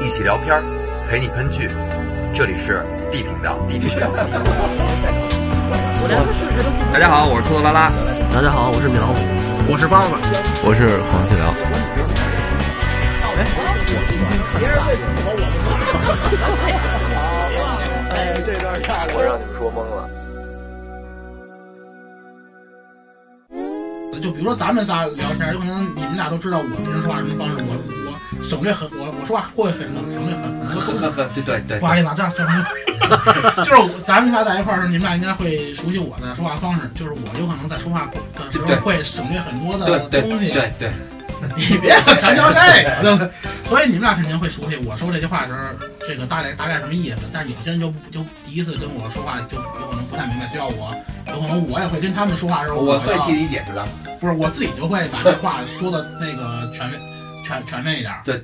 一起聊片陪你喷剧，这里是 D 频道。大家好，我是兔子拉拉。 大家好，我是米老虎。 我是包子。 我是黄气聊。 这段看我让你们说懵了。 就比如说咱们仨聊天，有可能你们俩都知道我平时说话什么方式，我省略很，我说话会很省略很， 对， 不好意思啊，这样就是咱们仨在一块儿的时候，你们俩应该会熟悉我的说话方式，就是我有可能在说话的时候会省略很多的东西。 对， 你别强调这个，所以你们俩肯定会熟悉我说这句话的时候，这个大概什么意思。但有些人就第一次跟我说话，就有可能不太明白，需要我，有可能我也会跟他们说话的时候， 我会替你解释的。 不是我自己就会把这话说的那个全面一点。 对。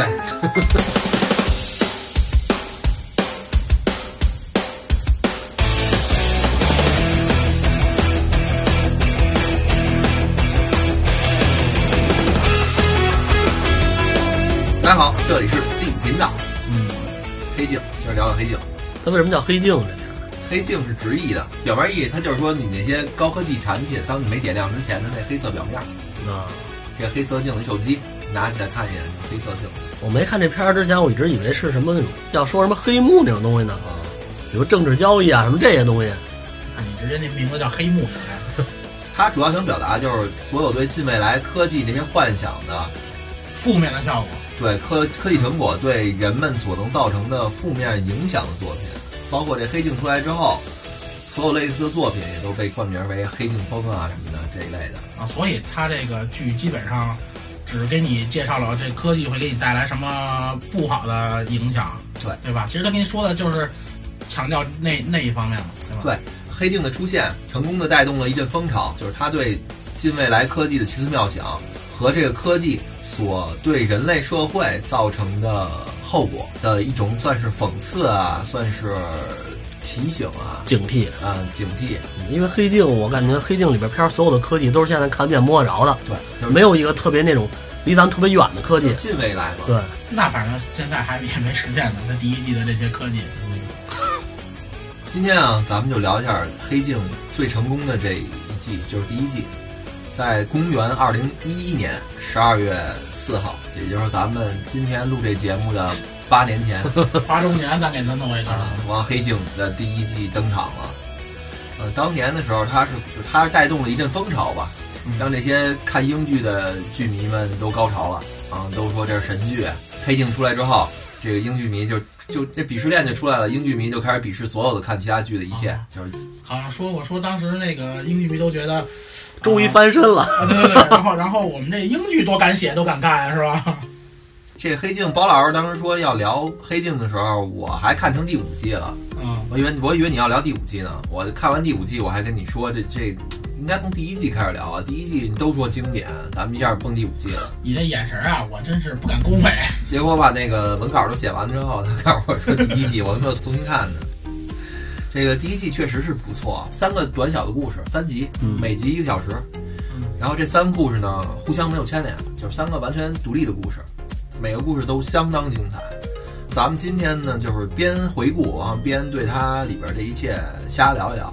大家好，这里是 D 频道。黑镜，今儿聊聊黑镜。 它为什么叫黑镜这名？ 黑镜是直译的，表面意义它就是说你那些高科技产品，当你没点亮之前，它那黑色表面啊， 这黑色镜的手机拿起来看一眼，黑色镜的。 我没看这片儿之前，我一直以为是什么那种要说什么黑幕那种东西呢，比如政治交易啊什么这些东西。 你直接那名字叫黑幕。 它主要想表达就是所有对近未来科技这些幻想的负面的效果， 对科技成果对人们所能造成的负面影响的作品，包括这黑镜出来之后，所有类似的作品也都被冠名为黑镜风啊什么的这一类的啊。所以它这个剧基本上只给你介绍了这科技会给你带来什么不好的影响，对吧？其实他跟你说的就是强调那一方面嘛，对吧？ 对，黑镜的出现成功的带动了一阵风潮，就是它对近未来科技的奇思妙想和这个科技所对人类社会造成的后果的一种算是讽刺啊，算是提醒啊， 警惕啊，警惕。 因为黑镜，我感觉黑镜里边片所有的科技都是现在看见摸着的， 对，就是、 没有一个特别那种离咱们特别远的科技， 近未来嘛。 对， 那反正现在也没实现呢。它第一季的这些科技。 今天啊，咱们就聊一下黑镜最成功的这一季，就是第一季。在公元2011年12月4号，也就是咱们今天录这节目的8年前 ，8周年，咱给它弄一个。 完，黑镜的第一季登场了。当年的时候，它是带动了一阵风潮吧，让这些看英剧的剧迷们都高潮了啊，都说这是神剧。黑镜出来之后，这个英剧迷就这鄙视链就出来了，英剧迷就开始鄙视所有的看其他剧的一切，就是好像说当时那个英剧迷都觉得。 终于翻身了， 对，然后我们这英剧多敢写多敢干是吧？ 这黑镜，包老师当时说要聊黑镜的时候，我还看成第5季了。我以为你要聊第5季呢。我看完第5季，我还跟你说这应该从第1季开始聊啊。第1季你都说经典，咱们一下蹦第5季了。 你这眼神啊，我真是不敢恭维。 结果把那个文稿都写完之后，他告诉我说第1季，我都没有重新看呢。这个第1季确实是不错，3个短小的故事，3集，每集1个小时。然后这3个故事呢，互相没有牵连，就是3个完全独立的故事，每个故事都相当精彩。咱们今天呢，就是边回顾啊，边对它里边这一切瞎聊一聊。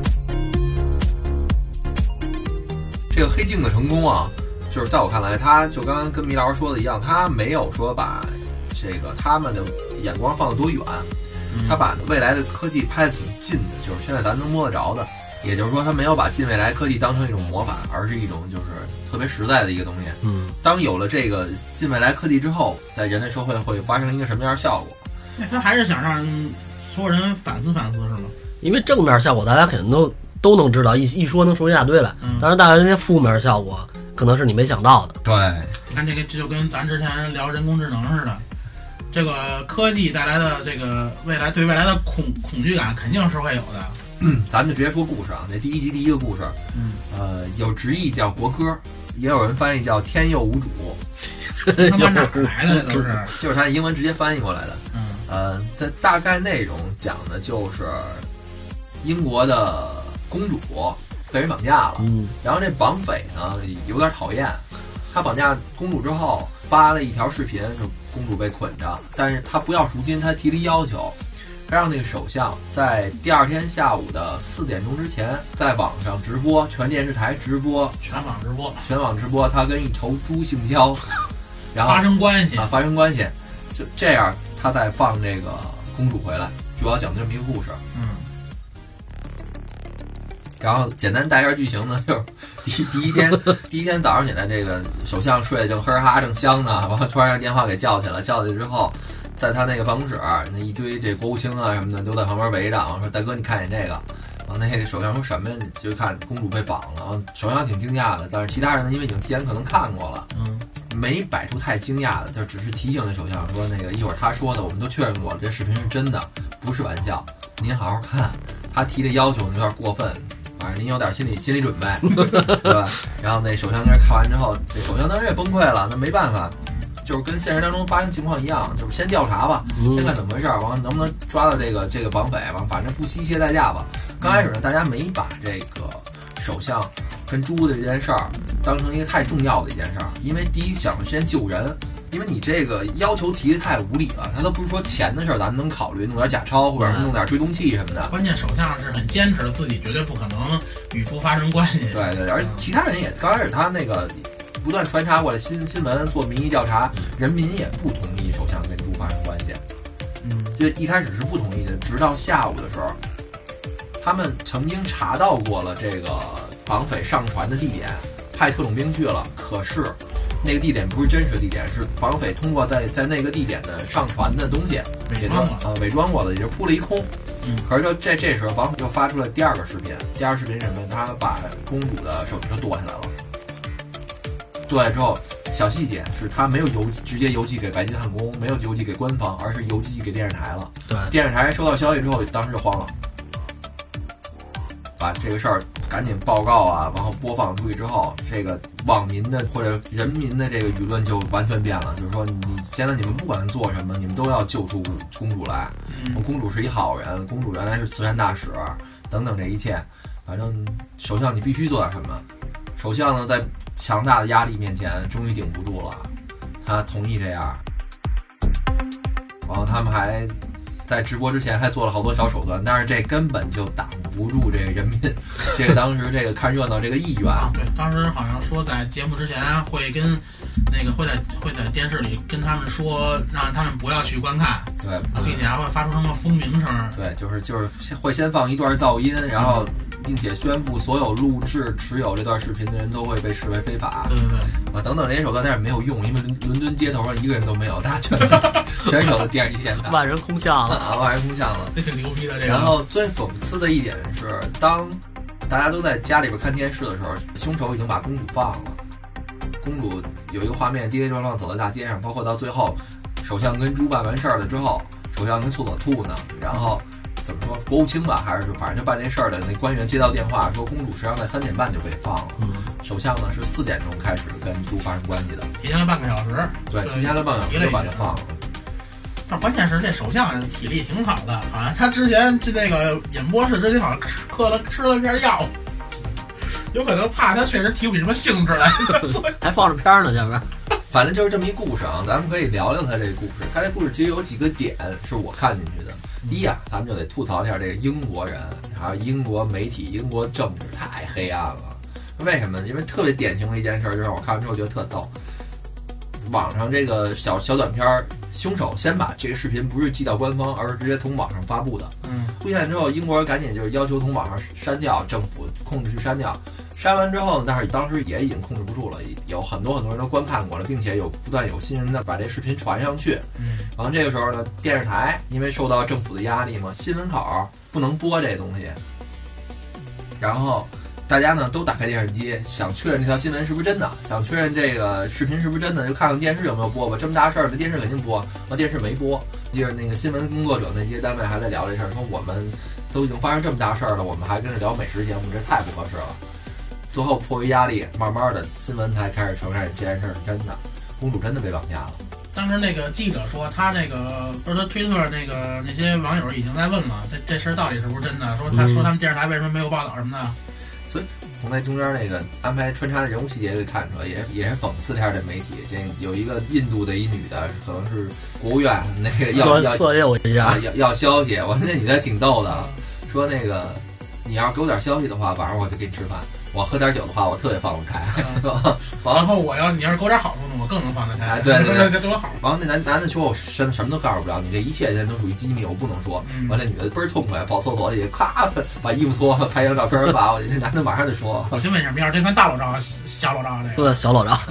这个黑镜的成功啊，就是在我看来，他就刚刚跟米老师说的一样，他没有说把这个他们的眼光放得多远。他把未来的科技拍得挺近的，就是现在咱能摸得着的。也就是说，他没有把近未来科技当成一种魔法，而是一种就是特别实在的一个东西。当有了这个近未来科技之后，在人类社会会发生一个什么样的效果？ 那他还是想让所有人反思反思，是吗？ 因为正面效果大家肯定都能知道，一说能说一大堆来。当然，大家那些负面效果可能是你没想到的。 对， 你看这就跟咱之前聊人工智能似的。这个科技带来的这个对未来的恐惧感肯定是会有的。 咱就直接说故事啊，那第1集第一个故事，有直译叫国歌，也有人翻译叫天佑无主。 他妈哪来的？这都是就是他英文直接翻译过来的。这大概内容讲的就是英国的公主被人绑架了，然后这绑匪呢有点讨厌， 他绑架公主之后发了一条视频，说公主被捆着，但是他不要赎金，他提了一要求，他让那个首相在第二天下午的4点钟之前在网上直播，全电视台直播， 全网直播， 他跟一头猪性交，然后发生关系， 就这样他再放这个公主回来，主要讲这么一个故事。然后简单带一下剧情呢，就是第一天早上起来，这个首相睡得正呵哈正香呢，完了突然让电话给叫起来之后，在他那个办公室，那一堆这国务卿啊什么的都在旁边围着，说大哥你看见这个，然后那个首相说什么呀？就看公主被绑了，然后首相挺惊讶的，但是其他人呢因为已经提前可能看过了，没摆出太惊讶的，就只是提醒那首相说那个一会儿他说的我们都确认过了，这视频是真的，不是玩笑，您好好看，他提的要求有点过分。反正您有点心理准备，对吧？然后那首相那看完之后，这首相当时也崩溃了，那没办法，就是跟现实当中发生情况一样，就是先调查吧，先看怎么回事，完了能不能抓到这个绑匪，完反正不惜一切代价吧。刚开始呢，大家没把这个首相跟猪的这件事儿当成一个太重要的一件事儿，因为第一想先救人。因为你这个要求提的太无理了，他都不是说钱的事儿，咱们能考虑弄点假钞或者是弄点追踪器什么的。 关键首相是很坚持自己绝对不可能与猪发生关系。 对，而其他人也刚开始他那个不断传查过来新闻做民意调查，人民也不同意首相跟猪发生关系。就一开始是不同意的，直到下午的时候，他们曾经查到过了这个绑匪上船的地点，派特种兵去了，可是。那个地点不是真实地点，是绑匪通过在那个地点的上传的东西伪装过的，也就扑了一空。可是就这时候，绑匪就发出了第二个视频。第二个视频什么？他把公主的手指头剁下来了。剁下来之后，小细节是他没有直接邮寄给白金汉宫，没有邮寄给官方，而是邮寄给电视台了。 对， 电视台收到消息之后，当时就慌了，把这个事儿赶紧报告啊，然后播放出去之后，这个网民的或者人民的这个舆论就完全变了，就是说现在你们不管做什么，你们都要救出公主来。公主是一好人，公主原来是慈善大使，等等这一切，反正首相你必须做点什么。首相呢，在强大的压力面前，终于顶不住了，他同意这样。然后他们还在直播之前还做了好多小手段，但是这根本就挡不住这个人民，这个当时这个看热闹这个意愿。 对，当时好像说在节目之前会跟那个会在电视里跟他们说，让他们不要去观看。 对， 并且还会发出什么蜂鸣声。 对，就是会先放一段噪音，然后并且宣布所有录制持有这段视频的人都会被视为非法。 对啊，等等这些手段，但是没有用，因为伦敦街头上一个人都没有，大家全守的电视机前台， 万人空巷了啊，万人空巷了， 这挺牛逼的这个。 然后最讽刺的一点是，当大家都在家里边看电视的时候，凶手已经把公主放了。公主有一个画面跌跌撞撞走在大街上，包括到最后，首相跟猪办完事儿了之后，首相跟厕所吐呢，然后怎么说，国务卿吧，还是反正就办这事儿的那官员接到电话说，公主实际上在3点半就被放了，首相呢是4点钟开始跟猪发生关系的， 提前了半个小时， 对，提前了半个小时就把他放了。 但关键是这首相体力挺好的，好像他之前那个演播室之前好像吃了片药，有可能怕他确实提不起什么兴致来， 还放着片呢，下边。 反正就是这么一故事啊，咱们可以聊聊他这个故事。他这故事其实有几个点是我看进去的。第一啊，咱们就得吐槽一下这个英国人，还有英国媒体、英国政治太黑暗了。为什么？因为特别典型的一件事，就是我看完之后觉得特逗。网上这个小短片，凶手先把这个视频不是寄到官方，而是直接从网上发布的。出现之后，英国人赶紧就是要求从网上删掉，政府控制去删掉。删完之后呢，但是当时也已经控制不住了，有很多人都观看过了，并且不断有新人呢把这视频传上去。然后这个时候呢，电视台因为受到政府的压力嘛，新闻口不能播这东西，然后大家呢都打开电视机，想确认这条新闻是不是真的，想确认这个视频是不是真的，就看看电视有没有播吧。这么大事儿，这电视肯定播，那电视没播。记着那个新闻工作者那些单位还在聊这事儿，说我们都已经发生这么大事儿了，我们还跟着聊美食节目，这太不合适了。最后迫于压力，慢慢的新闻台开始承认这件事是真的，公主真的被绑架了。 当时那个记者说，他那个不是他推特那些网友已经在问了，这事儿到底是不是真的？说他们电视台为什么没有报道什么的？ 所以从那中间那个安排穿插的人物细节可以看出来，也是讽刺一下这媒体。这有一个印度的一女的，可能是国务院那个要色诱一下， 要消息。我那女的挺逗的，说那个你要是给我点消息的话，晚上我就给你吃饭。我喝点酒的话，我特别放得开，是吧？ 然后你要是给我点好处呢，我更能放得开。 对， 多好。 然后那男的说，我真的什么都告诉不了你，这一切现在都属于机密，我不能说。完了，女的倍儿痛快，跑厕所里，咔把衣服脱了，拍张照片发过去。这男的马上就说：“ 我先问一下，明儿这算大裸照、小裸照？这个小裸照。”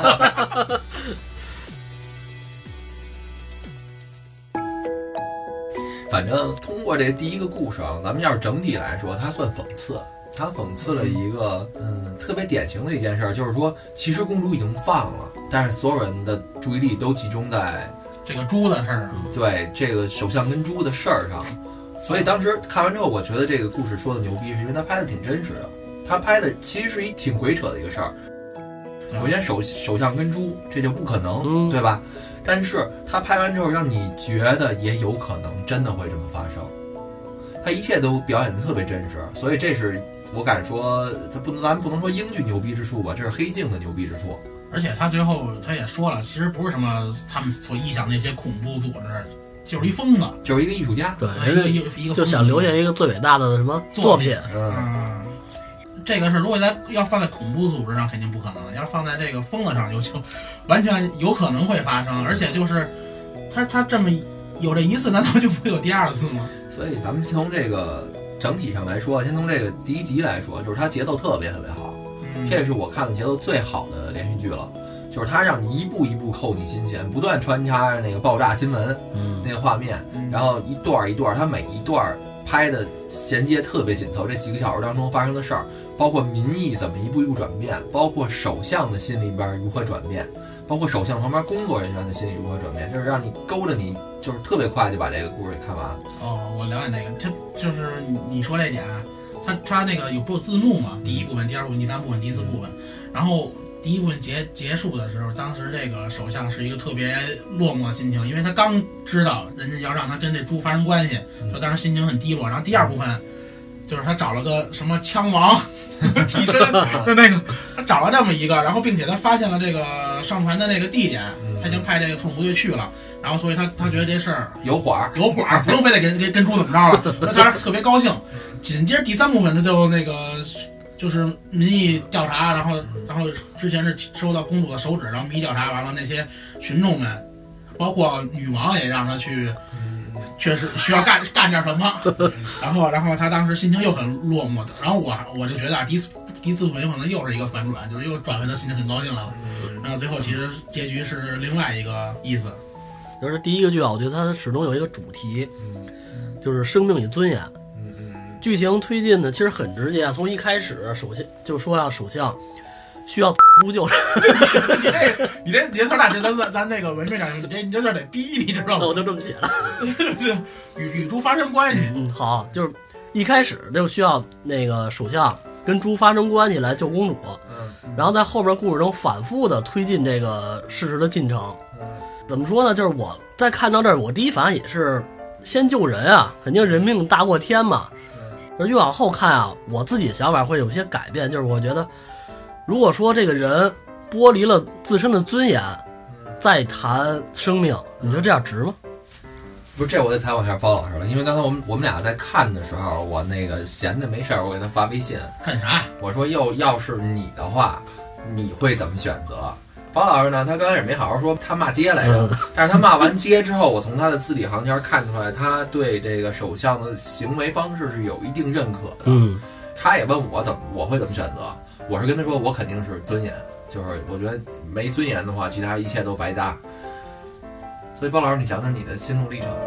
反正通过这第一个故事啊，咱们要是整体来说，它算讽刺。他讽刺了一个特别典型的一件事，就是说，其实公主已经放了，但是所有人的注意力都集中在这个猪的事儿上， 对这个首相跟猪的事儿上。所以当时看完之后，我觉得这个故事说的牛逼，是因为他拍的挺真实的。他拍的其实是一挺鬼扯的一个事儿。首先首相跟猪，这就不可能，对吧？但是他拍完之后，让你觉得也有可能真的会这么发生。他一切都表演的特别真实，所以这是。我敢说，咱们不能说英剧牛逼之处吧，这是黑镜的牛逼之处。 而且他最后他也说了，其实不是什么他们所臆想那些恐怖组织，就是一疯子， 就是一个艺术家， 对， 一个就想留下一个最伟大的什么作品。 这个是如果要放在恐怖组织上肯定不可能，要放在这个疯子上就完全有可能会发生，而且就是他这么有这一次，难道就不会有第二次吗？ 所以咱们从这个。整体上来说，先从这个第一集来说，就是它节奏特别特别好，这是我看的节奏最好的连续剧了。就是它让你一步一步扣你心弦，不断穿插那个爆炸新闻，那个画面，然后一段一段，它每一段拍的衔接特别紧凑。这几个小时当中发生的事儿，包括民意怎么一步一步转变，包括首相的心里边如何转变，包括首相旁边工作人员的心理如何转变，就是让你勾着你，就是特别快就把这个故事给看完了。 我了解那个，就是你说这点，他那个不有字幕嘛？第一部分、第二部分、第三部分、第四部分，然后第一部分结束的时候，当时这个首相是一个特别落寞的心情，因为他刚知道人家要让他跟这猪发生关系，他当时心情很低落。然后第二部分就是他找了个什么枪王替身的那个，他找了这么一个，然后并且他发现了这个上传的那个地点，他已经派这个特种部队去了。然后，所以他觉得这事儿有火， 不用非得跟猪怎么着了，他特别高兴。紧接着第三部分，他就那个就是民意调查，然后之前是收到公主的手指，然后民意调查完了，那些群众们，包括女王也让他去，确实需要干点什么。然后他当时心情又很落寞的，然后我就觉得第四部分有可能又是一个反转，就是又转回他心情很高兴了。然后最后其实结局是另外一个意思。 就是第一个剧啊，我觉得它始终有一个主题，就是生命与尊严。剧情推进的其实很直接啊，从一开始首先就说要首相需要呼救。 你这词儿大，咱那个文明讲，你这字得逼，你知道吗？ 我就这么写了， 与猪发生关系。 好，就是一开始就需要那个首相跟猪发生关系来救公主，然后在后边故事中反复的推进这个事实的进程。怎么说呢？就是我在看到这儿，我第一反应也是先救人啊，肯定人命大过天嘛。而越往后看啊，我自己的想法会有些改变，就是我觉得，如果说这个人剥离了自身的尊严，再谈生命，你说这样值吗？ 不是，这我得采访一下包老师了，因为刚才我们俩在看的时候，我那个闲的没事儿，我给他发微信， 看啥？ 我说要是你的话，你会怎么选择？包老师呢，他刚开始没好好说，他骂街来着，但是他骂完街之后，我从他的字里行间看出来，他对这个首相的行为方式是有一定认可的。他也问我会怎么选择，我是跟他说，我肯定是尊严，就是我觉得没尊严的话，其他一切都白搭。所以包老师，你讲讲你的心路历程。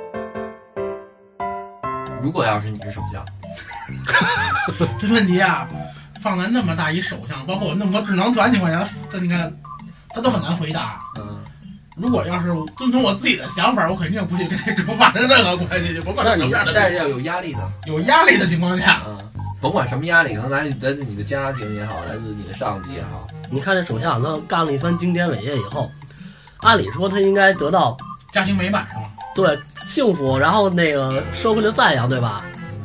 如果要是你是首相， 这问题啊，放在那么大一首相，包括我那么多智能团情况下，你看他都很难回答。如果要是遵从我自己的想法，我肯定不去跟这猪发生任何关系，甭管什么样的。 但是要有压力的， 有压力的情况下， 甭管什么压力，可能来自你的家庭也好，来自你的上级也好。 你看这首相他干了一番经典伟业以后，按理说他应该得到家庭美满是吗？ 对，幸福，然后那个社会的赞扬，对吧？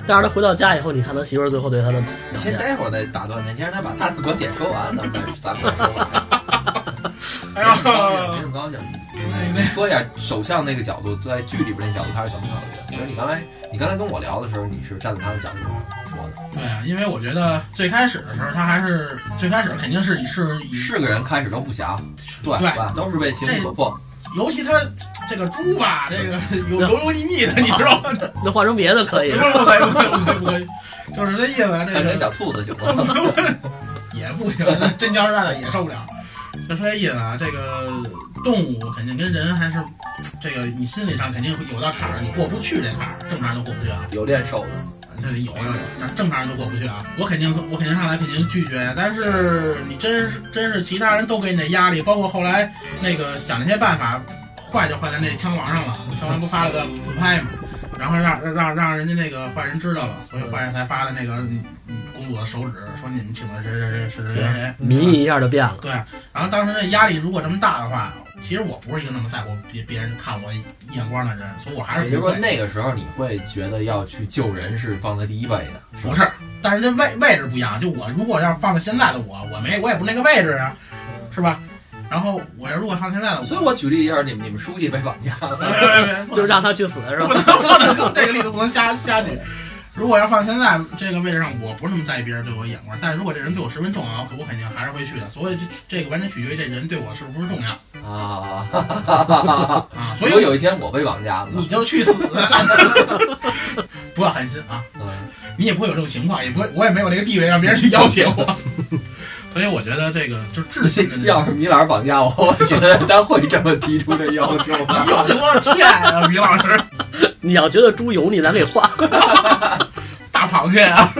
但是他回到家以后，你看他媳妇儿最后对他的表你现。 先待会儿再打断他，先让他把他的观点说完，咱们再说吧。 哎呀， 别那么高兴。你说一下首相那个角度，在剧里边那角度他是怎么考虑的？其实你刚才跟我聊的时候，你是站在他的角度上说的。 对啊，因为我觉得最开始的时候，他还是最开始肯定是个人开始都不想，对，都是为情所迫。 尤其他这个猪吧，这个油腻腻的，你知道吗？ 那换成别的可以， 不可以，就是这意思。 换成小兔子行吗？ 也不行，真胶带的也受不了。就说这意思啊，这个动物肯定跟人还是这个，你心理上肯定有道坎儿，你过不去这坎儿，正常人都过不去啊。 有练手的， 这里有，但正常人都过不去啊。我肯定上来肯定拒绝呀。但是你真是其他人都给你的压力，包括后来那个想那些办法，坏就坏在那枪王上了。枪王不发了个自拍嘛，然后让人家那个坏人知道了，所以坏人才发的那个公主的手指，说你们请的谁， 民意一下就变了。 对，然后当时那压力如果这么大的话，其实我不是一个那么在乎别人看我眼光的人，所以我还是。 也就是说，那个时候你会觉得要去救人是放在第一位的， 不是？但是这位置不一样。就我如果要放在现在的我也不是那个位置啊，是吧？然后我要如果放现在的我， 所以我举例一下，你们书记被绑架了， 就让他去死是吧？ 不能这个例子不能瞎举。如果要放现在这个位置上，我不是那么在意别人对我眼光，但是如果这人对我十分重要，我肯定还是会去的。所以这个完全取决于这人对我是不是重要啊。所以有一天我被绑架了， 你就去死，不要寒心啊！你也不会有这种情况，我也没有那个地位让别人去要挟我。所以我觉得这个就自信的。 要是米老师绑架我，我觉得他会这么提出这要求。 你有多少钱啊，米老师？ 你要觉得猪油腻，咱给换大螃蟹啊！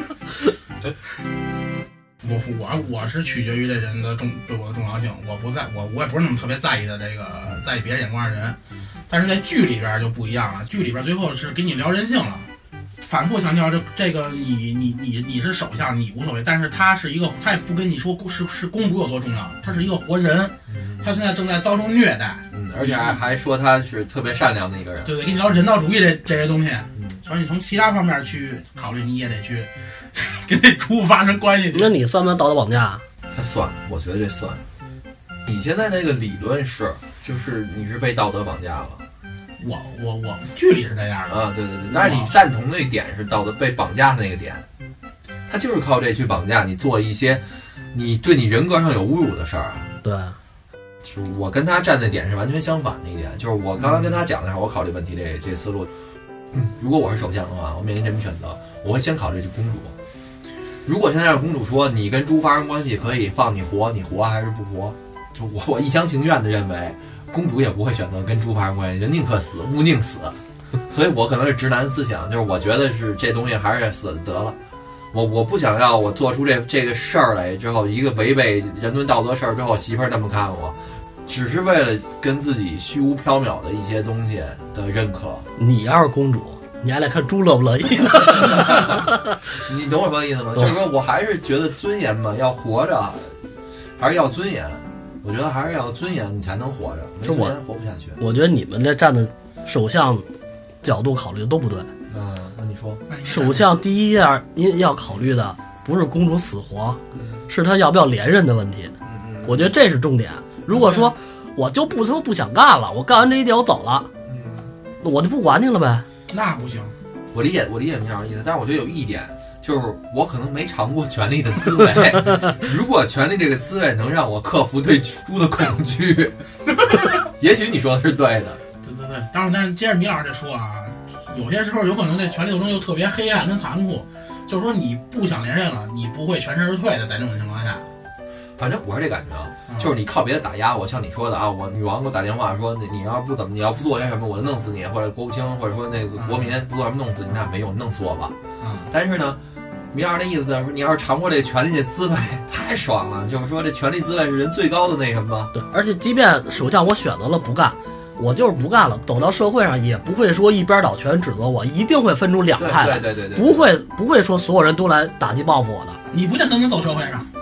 我是取决于这人的对我的重要性，我也不是那么特别在意的这个在意别人眼光的人，但是在剧里边就不一样了，剧里边最后是给你聊人性了。反复强调这个你是首相你无所谓，但是他也不跟你说是公主有多重要，他是一个活人，他现在正在遭受虐待， 而且还说他是特别善良的一个人， 对，跟你聊人道主义这些东西，所以你从其他方面去考虑，你也得去跟这猪发生关系。 那你算不算道德绑架？ 他算，我觉得这算。你现在那个理论就是你是被道德绑架了。 我剧里是这样的啊，对，但是你赞同那点是道德被绑架的那个点，他就是靠这去绑架你，做一些你对你人格上有侮辱的事儿啊。 对， 就是我跟他站的点是完全相反的一点，就是我刚刚跟他讲的时候，我考虑问题这思路，如果我是首相的话，我面临这种选择，我会先考虑这公主。如果现在让公主说你跟猪发生关系可以放你活还是不活，就我一厢情愿的认为。公主也不会选择跟猪发生关系，人宁可死，勿宁死，所以我可能是直男思想，就是我觉得是这东西还是死得了，我不想要我做出这个事儿来之后，一个违背人伦道德事儿之后，媳妇儿那么看我，只是为了跟自己虚无缥缈的一些东西的认可。 你要是公主，你还来看猪乐不乐意？ 你懂我什么意思吗？就是说我还是觉得尊严嘛，要活着，还是要尊严。我觉得还是要尊严，你才能活着，没尊严活不下去。 我觉得你们这站的首相角度考虑的都不对。 那你说， 首相第一样要考虑的不是公主死活，是他要不要连任的问题。我觉得这是重点。如果说我就不想干了，我干完这一点我走了，我就不管你了呗。 那不行。 我理解米老师意思，但是我觉得有一点。就是我可能没尝过权力的滋味，如果权力这个滋味能让我克服对猪的恐惧，也许你说的是对的。 对，当然，但接着米老师这说啊，有些时候有可能这权力斗争又特别黑暗跟残酷，就是说你不想连任了，你不会全身而退的，在这种情况下。 反正我是这感觉啊，就是你靠别的打压我，像你说的啊，我女王给我打电话说你要不做些什么，我就弄死你，或者国务卿，或者说那个国民不做什么弄死你，那没用，弄死我吧。但是呢。米老师的意思是说，你要是尝过这权力的滋味，太爽了。就是说，这权力滋味是人最高的那什么。 对，而且即便首相我选择了不干，我就是不干了，走到社会上也不会说一边倒全指责我，一定会分出两派来。 对， 不会说所有人都来打击报复我的。 你不见得能走社会上，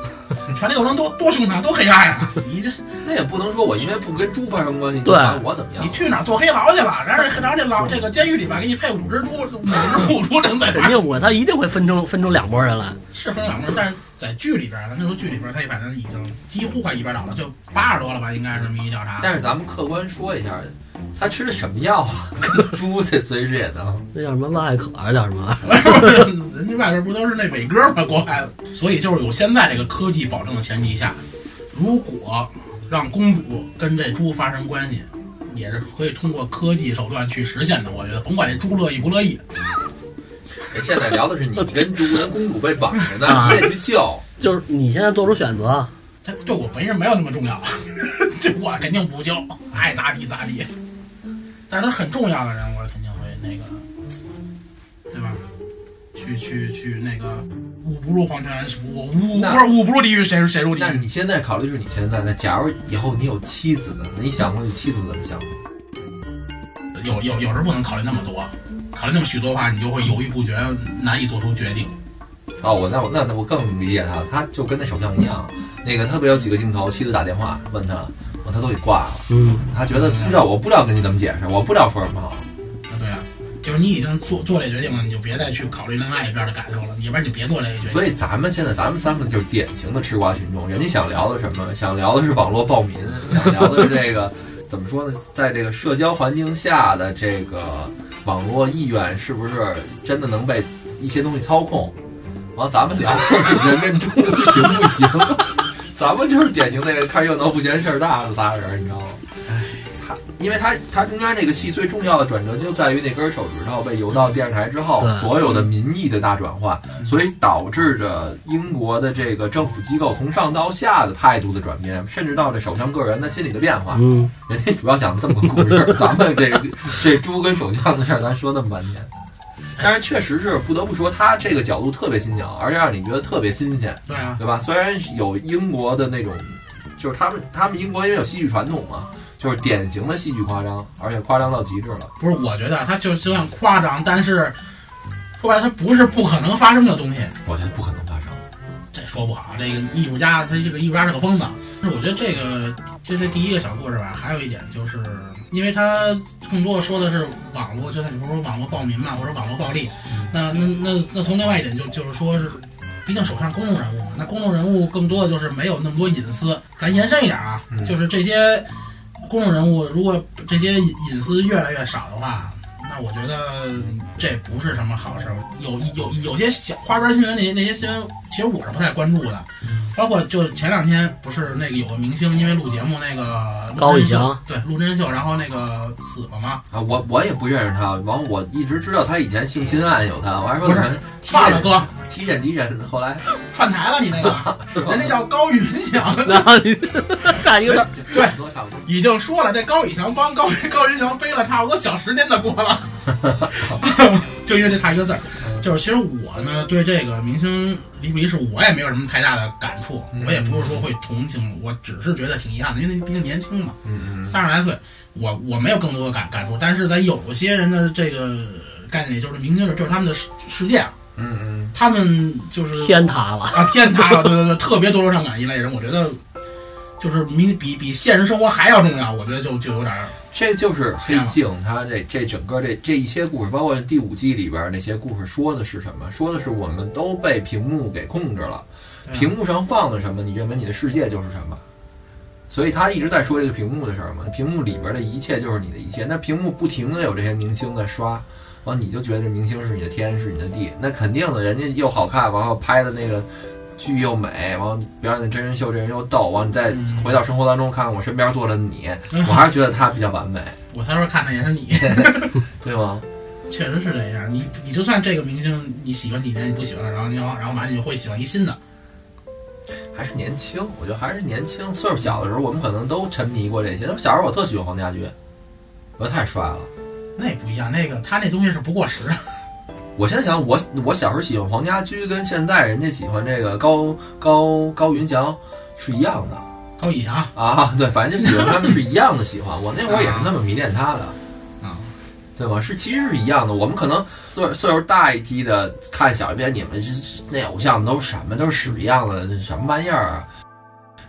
全地斗争多凶残多黑暗呀！你这那也不能说我因为不跟猪发生关系， 对我怎么样？ 你去哪儿坐黑牢去了？然后这个监狱里边给你配5只猪，每只5猪正在肯定他一定会分成两拨人来， 是分两拨，但是在剧里边，那时候剧里边他反正已经几乎快100倒了，就80多了吧，应该是民意调查。 但是咱们客观说一下，他吃的什么药啊？跟猪这随时也能。 那叫什么万艾可还叫什么？ 人家外边不都是那伟哥吗？国外的，所以就是有现在这个科技保证的前提下，如果让公主跟这猪发生关系，也是可以通过科技手段去实现的。我觉得，甭管这猪乐意不乐意。 现在聊的是你跟猪，人公主被绑着呢，你得去救。 就是你现在做出选择， 他对我本身没有那么重要，这我肯定不救，爱咋地咋地。但是他很重要的人，我肯定会那个，对吧？去那个武不入黄泉，武不入地狱，谁入地狱？ 那你现在考虑是你现在，那假如以后你有妻子呢？你想过你妻子怎么想？ 有时候不能考虑那么多，考虑那么许多的话，你就会犹豫不决，难以做出决定。 哦，那我更理解他，他就跟那首相一样，那个特别有几个镜头，妻子打电话问他，他都给挂了。他觉得我不知道跟你怎么解释，我不知道说什么好。 对啊，就是你已经做这决定了，你就别再去考虑另外一边的感受了，要不然你就别做这个决定。 所以咱们3个就是典型的吃瓜群众，人家想聊的什么？想聊的是网络暴民，想聊的是这个怎么说呢？在这个社交环境下的这个网络意愿是不是真的能被一些东西操控？完了，咱们聊人跟猪行不行？咱们就是典型那个看热闹不嫌事儿大的仨人，你知道吗？因为他中间那个戏最重要的转折就在于那根手指头被游到电视台之后，所有的民意的大转换，所以导致着英国的这个政府机构从上到下的态度的转变，甚至到这首相个人的心理的变化。人家主要讲这么个故事，咱们这猪跟首相的事儿，咱说那么半天。但是确实是不得不说，他这个角度特别新颖，而且让你觉得特别新鲜， 对啊， 对吧？虽然有英国的那种，就是他们英国因为有戏剧传统嘛，就是典型的戏剧夸张，而且夸张到极致了。 不是，我觉得他就像夸张，但是说白了，它不是不可能发生的东西。 我觉得不可能发生， 这说不好。这个艺术家，他这个艺术家是个疯子。但是我觉得这是第一个小故事吧。还有一点就是，因为他更多的说的是网络，就像你不是说网络暴民嘛，或者网络暴力。那从另外一点就是说是，毕竟首相公众人物嘛，那公众人物更多的就是没有那么多隐私。咱延伸一点啊，就是这些公众人物如果这些隐私越来越少的话，那我觉得这不是什么好事。有些小花边新闻，那些新闻其实我是不太关注的。包括就前2天不是那个有个明星因为录节目那个高以翔， 对，录真人秀，然后那个死了嘛。 啊，我也不认识他，完我一直知道他以前性侵案有他，我还说怎么放了哥提审，后来串台了你那个，人家叫高云翔， 然后你差一个字， 对，已经说了，这高以翔帮高云翔背了差不多小10年的锅了，就因为这差一个字。就是其实我呢对这个明星离不离世我也没有什么太大的感触，我也不是说会同情，我只是觉得挺遗憾的，因为毕竟年轻嘛，30来岁，我没有更多的感触，但是在有些人的这个概念里，就是明星就是他们的世界，他们就是天塌了啊，天塌了，对，特别多愁善感一类人，我觉得就是比现实生活还要重要，我觉得就有点。 这就是黑镜，它这整个这一些故事，包括第5季里边那些故事，说的是什么？说的是我们都被屏幕给控制了，屏幕上放的什么，你认为你的世界就是什么？所以他一直在说这个屏幕的事儿嘛，屏幕里边的一切就是你的一切。那屏幕不停的有这些明星在刷，完你就觉得这明星是你的天，是你的地，那肯定的，人家又好看，然后拍的那个剧又美，完表演的真人秀，这人又逗，完你再回到生活当中看看我身边坐着你，我还是觉得他比较完美。 我才说看的也是你， 对吗？ 确实是这样。你就算这个明星你喜欢几年你不喜欢了，然后马上你就会喜欢一新的。 还是年轻，我觉得还是年轻。岁数小的时候，我们可能都沉迷过这些。小时候我特喜欢黄家驹，我觉得太帅了。 那也不一样，那个他那东西是不过时。 我现在想，我小时候喜欢黄家驹，跟现在人家喜欢这个高云翔是一样的。 高以翔啊，对，反正就喜欢他们是一样的喜欢。我那会儿也是那么迷恋他的，对吧？其实是一样的。我们可能岁数大一批的看小一批，你们那偶像都是什么，都是屎一样的，什么玩意儿啊？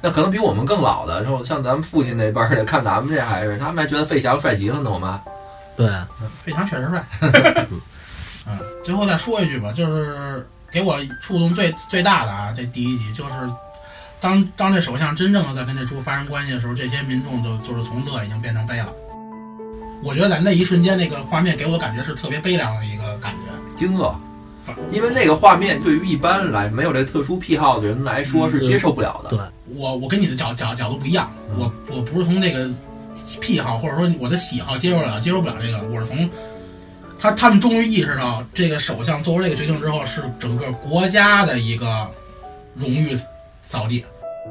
那可能比我们更老的，说像咱们父亲那辈儿的，看咱们这还是，他们还觉得费翔帅极了呢。我妈， 对， 费翔确实帅。最后再说一句吧，就是给我触动最大的啊，这第一集就是当这首相真正的在跟这猪发生关系的时候，这些民众就是从乐已经变成悲了。我觉得在那一瞬间，那个画面给我感觉是特别悲凉的一个感觉， 惊愕。因为那个画面对于一般来没有这个特殊癖好的人来说是接受不了的。 对， 我跟你的角度不一样，我不是从这个癖好或者说我的喜好接受不了这个，我是从他们终于意识到这个首相做出这个决定之后是整个国家的一个荣誉扫地。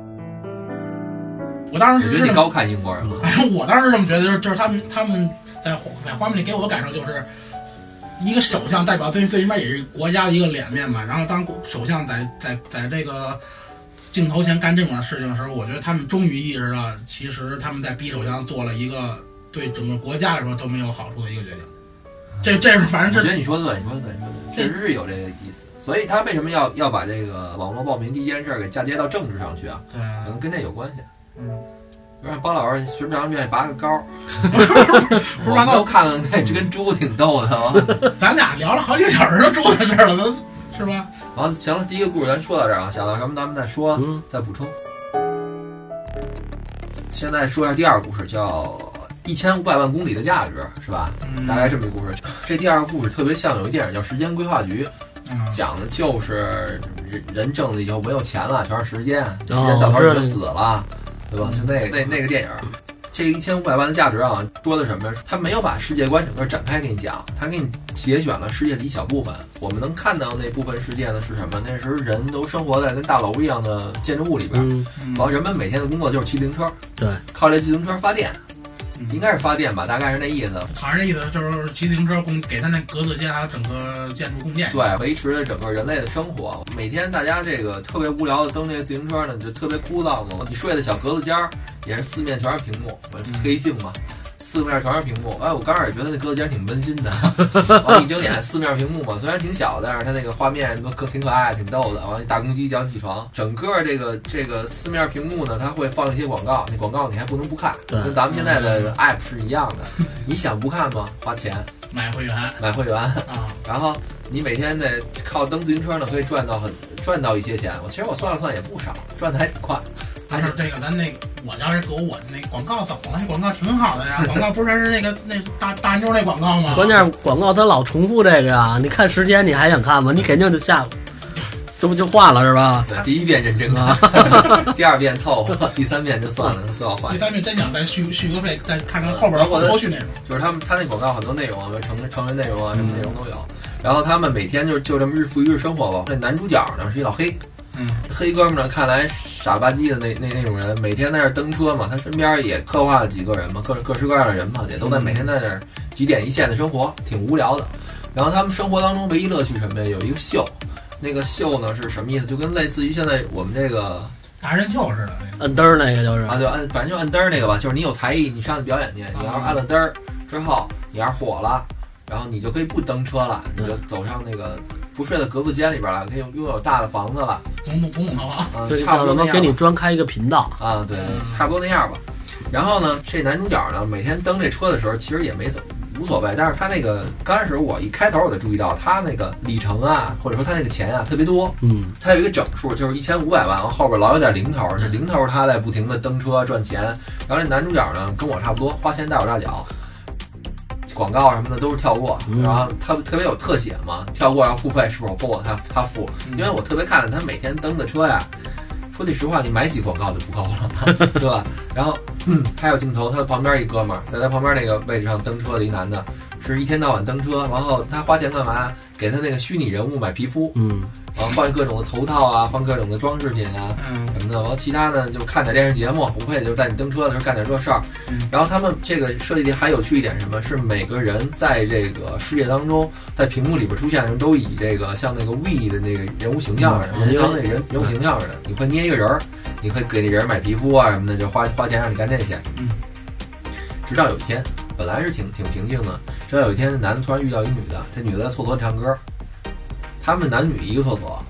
我当时觉得你高看英国人了。 我当时这么觉得，就是他们在画面里给我的感受就是。一个首相代表最起码也是国家的一个脸面嘛，然后当首相在这个镜头前干这种事情的时候，我觉得他们终于意识到，其实他们在逼首相做了一个对整个国家来说都没有好处的一个决定。这是反正这， 我觉得你说的对，确实是有这个意思。所以他为什么要把这个网络暴民第一件事给嫁接到政治上去啊？ 对， 可能跟这有关系。让包老师学不着愿意拔个高，我们都看看这跟猪挺逗的。 咱俩聊了好几个小时都猪在这儿了，都是吧？ 然后行了，第一个故事咱说到这儿啊，想到什么咱们再说，再补充。现在说一下第二个故事，叫1500万公里的价值，是吧？大概这么一个故事。这第二个故事特别像有一电影叫《时间规划局》，讲的就是人挣的以后没有钱了，全是时间，时间到头就死了。对吧？就那个电影，这个1500万的价值啊，说的什么呀？他没有把世界观整个展开给你讲，他给你节选了世界的一小部分。我们能看到那部分世界呢是什么？那时候人都生活在跟大楼一样的建筑物里边，然后人们每天的工作就是骑自行车， 对， 靠这自行车发电。应该是发电吧，大概是那意思。 好像那意思就是骑自行车给他那格子间还有整个建筑供电， 对，维持着整个人类的生活。每天大家这个特别无聊的蹬这个自行车呢，就特别枯燥嘛。你睡的小格子间也是四面全是屏幕，黑镜嘛，四面全是屏幕。哎，我刚开始觉得那格子间挺温馨的，完一睁眼四面屏幕嘛，虽然挺小，但是它那个画面都挺可爱，挺逗的。完大公鸡叫你起床，整个这个四面屏幕呢，它会放一些广告，那广告你还不能不看，跟咱们现在的 app 是一样的。你想不看吗？花钱买会员啊，然后你每天得靠蹬自行车呢，可以赚到一些钱。其实我算了算也不少，赚的还挺快。 还是这个咱那我要是给我的那广告走了，那广告挺好的呀。广告不是那大妞那广告吗？ 关键广告它老重复这个呀，你看10天你还想看吗？你肯定就下，这不就换了是吧？ 对，第一遍认真看，第二遍凑合，第三遍就算了，最好换。 第三遍真想再续个费，再看看后边的后续内容。 就是他那广告很多内容啊，成人内容啊，什么内容都有。然后他们每天就这么日复一日生活吧。这男主角呢是一老黑。黑哥们呢，看来傻吧唧的那种人，每天在那儿蹬车嘛，他身边也刻画了几个人嘛，各式各样的人嘛，也都在每天在那儿几点一线的生活，挺无聊的。然后他们生活当中唯一乐趣什么呀？有一个秀，那个秀呢是什么意思？就跟类似于现在我们这个达人秀似的， 摁灯那个就是啊，对，反正就摁灯那个吧，就是你有才艺，你上去表演去，你要是按了灯之后，你要是火了，然后你就可以不蹬车了，你就走上那个。不睡在格子间里边了，可以拥有大的房子了， 总统套房， 差不多那样。 给你专开一个频道啊，对，差不多那样吧。然后呢，这男主角呢，每天蹬这车的时候，其实也没怎么无所谓，但是他那个刚开始我一开头我就注意到他那个里程啊，或者说他那个钱啊特别多，他有一个整数，就是1500万，后边老有点零头，这零头他在不停的蹬车赚钱。然后这男主角呢，跟我差不多，花钱大手大脚。广告什么的都是跳过，然后他特别有特写嘛，跳过要付费，是否付他付，因为我特别看着他每天蹬的车呀，说句实话，你买几广告就不够了，对吧？然后还有镜头，他旁边一哥们儿在他旁边那个位置上蹬车的一男的，是一天到晚蹬车，然后他花钱干嘛？给他那个虚拟人物买皮肤，然后换各种的头套啊，换各种的装饰品啊，什么的。然后其他呢就看点电视节目，不会就在你蹬车的时候干点这事儿。然后他们这个设计里还有趣一点，什么是每个人在这个世界当中，在屏幕里边出现的人都以这个像那个 We 的那个人物形象似的，人形那人物形象似的。你会捏一个人，你会给那人买皮肤啊什么的，就花钱让你干这些。直到有一天。本来是挺平静的，直到有一天，男的突然遇到一女的，这女的在厕所里唱歌，他们男女一个厕所，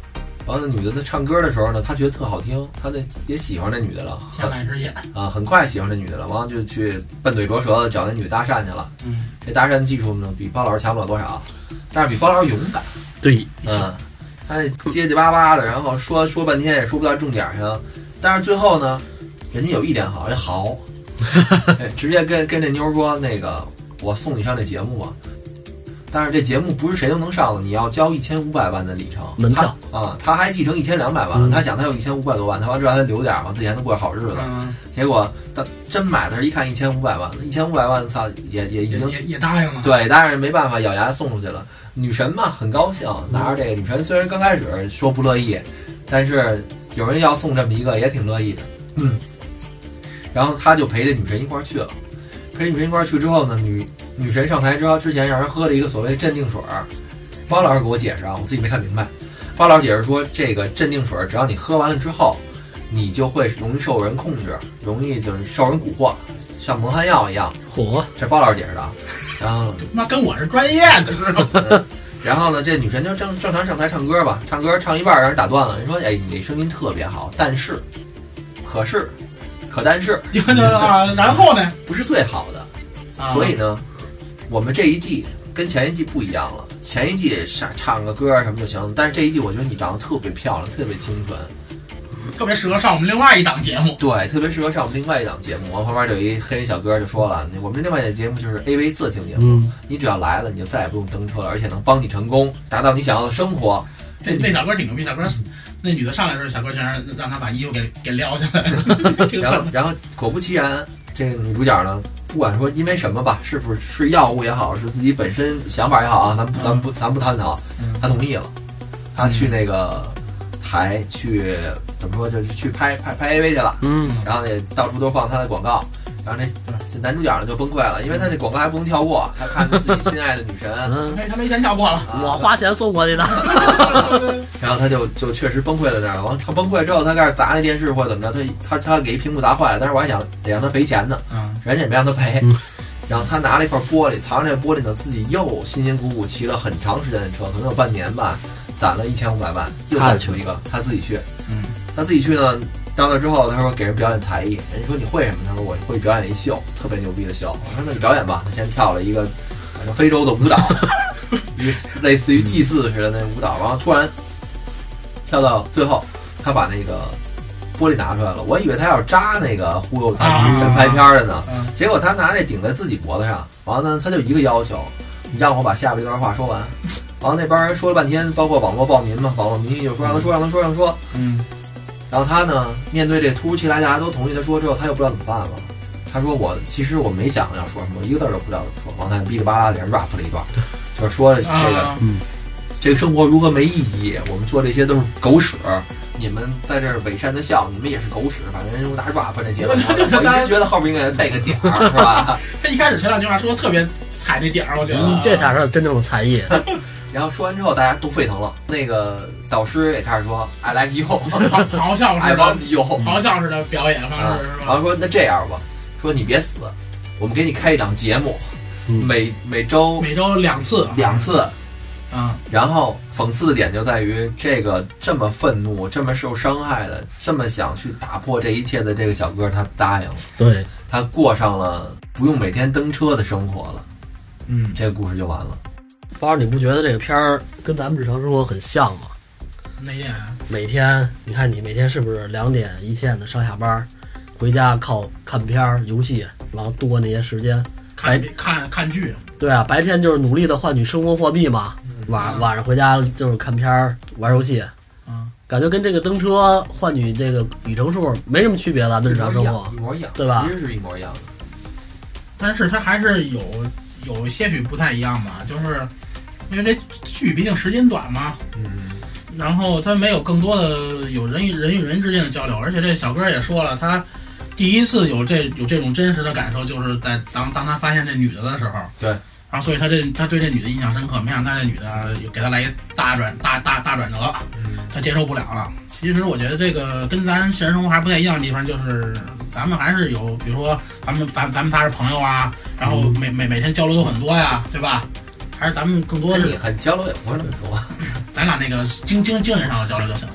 然后那女的她唱歌的时候呢，她觉得特好听，她也喜欢这女的了， 天籁之音啊，很快喜欢这女的了，完了就去笨嘴拙舌的找那女的搭讪去了。这搭讪技术呢，比包老师强不了多少，但是比包老师勇敢。 对， 他这结结巴巴的，然后说半天也说不到重点上，但是最后呢，人家有一点好，人豪，直接跟这妞说那个我送你上这节目吧。但是这节目不是谁都能上的，你要交1500万的里程门票啊！他还继承1200万，他想他有1500多万，他完知道他留点嘛，自己还能过好日子。结果他真买的时候一看1500万，1500万，操，也已经也答应了。 对，当然没办法，咬牙送出去了。女神嘛，很高兴拿着这个。女神虽然刚开始说不乐意，但是有人要送这么一个，也挺乐意的。然后他就陪这女神一块儿去了。陪女神一块儿去之后呢，女神上台之前让人喝了一个所谓的镇定水儿。包老师给我解释啊，我自己没看明白。包老师解释说，这个镇定水只要你喝完了之后，你就会容易受人控制，容易就是受人蛊惑，像蒙汗药一样。 嚯， 这包老师解释的。然后那跟我是专业的，知道吗？ 然后呢，这女神就正常上台唱歌吧，唱歌唱一半让人打断了，人说：“哎，你这声音特别好，但是，但是， 然后呢， 不是最好的。所以呢，我们这一季跟前一季不一样了。前一季唱个歌什么就行，但是这一季我觉得你长得特别漂亮，特别清纯。” 特别适合上我们另外一档节目， 对，特别适合上我们另外一档节目。我旁边有一黑人小哥就说了，我们另外一档节目就是 AV 色情节目，你只要来了，你就再也不用登车了，而且能帮你成功，达到你想要的生活。 那小哥挺牛逼，小哥那女的上来的时候，小哥竟然让他把衣服给撩下来， 然后果不其然，这个女主角呢，不管说因为什么吧，是不是药物也好，是自己本身想法也好啊，咱不探讨，她同意了，她去那个台去。怎么说？就是去拍 AV 去了，然后也到处都放他的广告，然后这男主角呢就崩溃了，因为他这广告还不能跳过，他看着自己心爱的女神， 他没钱跳过了， 我花钱送过去的， 然后他就确实崩溃在那儿了。完他崩溃之后，他开始砸那电视或者怎么着，他给一屏幕砸坏了，但是我还想得让他赔钱呢，人家也没让他赔。然后他拿了一块玻璃，藏着这玻璃呢，自己又辛辛苦苦骑了很长时间的车，可能有半年吧，攒了1500万，又再出一个，他自己去。他自己去呢，到那之后，他说给人表演才艺，人家说你会什么？他说我会表演一秀，特别牛逼的秀。我说那你表演吧。他先跳了一个反正非洲的舞蹈，一个类似于祭祀似的那舞蹈，然后突然跳到最后，他把那个玻璃拿出来了。我以为他要扎那个忽悠他女神拍片的呢，结果他拿那顶在自己脖子上。完了呢，他就一个要求，你让我把下边这段话说完。然后那帮人说了半天，包括网络暴民嘛，网络民意就说让他说。然后他呢，面对这突如其来大家都同意他说之后，他又不知道怎么办了。他说其实我没想要说什么，一个字都不知道怎么说。王太哔哩吧啦给人 rap 了一段，就是说这个生活如何没意义，我们做这些都是狗屎，你们在这儿伪善的笑，你们也是狗屎。反正人用大 rap 那节目，我一直觉得后边应该配个点儿，是吧？ 他一开始前两句话说的特别踩那点儿，我觉得这才是真正的才艺。 然后说完之后，大家都沸腾了。那个导师也开始说 "I like you"， 咆哮似的 "I want you"， 咆哮似的表演方式是吧？ 然后说那这样吧，说你别死，我们给你开一档节目，每周 2次， 然后讽刺的点就在于这个这么愤怒、这么受伤害的、这么想去打破这一切的这个小哥，他答应了， 对， 他过上了不用每天登车的生活了。这个故事就完了。 包儿，你不觉得这个片儿跟咱们日常生活很像吗？ 哪点？ 每天你看你每天是不是2点一线的上下班，回家靠看片儿、游戏，然后度过那些时间。 看剧。 对啊，白天就是努力的换取生活货币嘛，晚上回家就是看片儿、玩游戏。感觉跟这个登车换取这个里程数没什么区别了，日常生活一模一样， 对吧？ 其实是一模一样的， 但是它还是有些许不太一样吧，就是因为这剧毕竟时间短嘛，然后它没有更多的有人与人之间的交流，而且这小哥也说了，他第一次有这种真实的感受，就是在当他发现这女的时候， 对， 然后所以他对这女的印象深刻，没想到这女的给他来一大转折，他接受不了了。其实我觉得这个跟咱现实生活还不太一样的地方，就是咱们还是有，比如说咱们仨是朋友啊，然后每天交流都很多呀，对吧？还是咱们更多的你很交流也不是那么多， 咱俩那个精神上的交流就行了。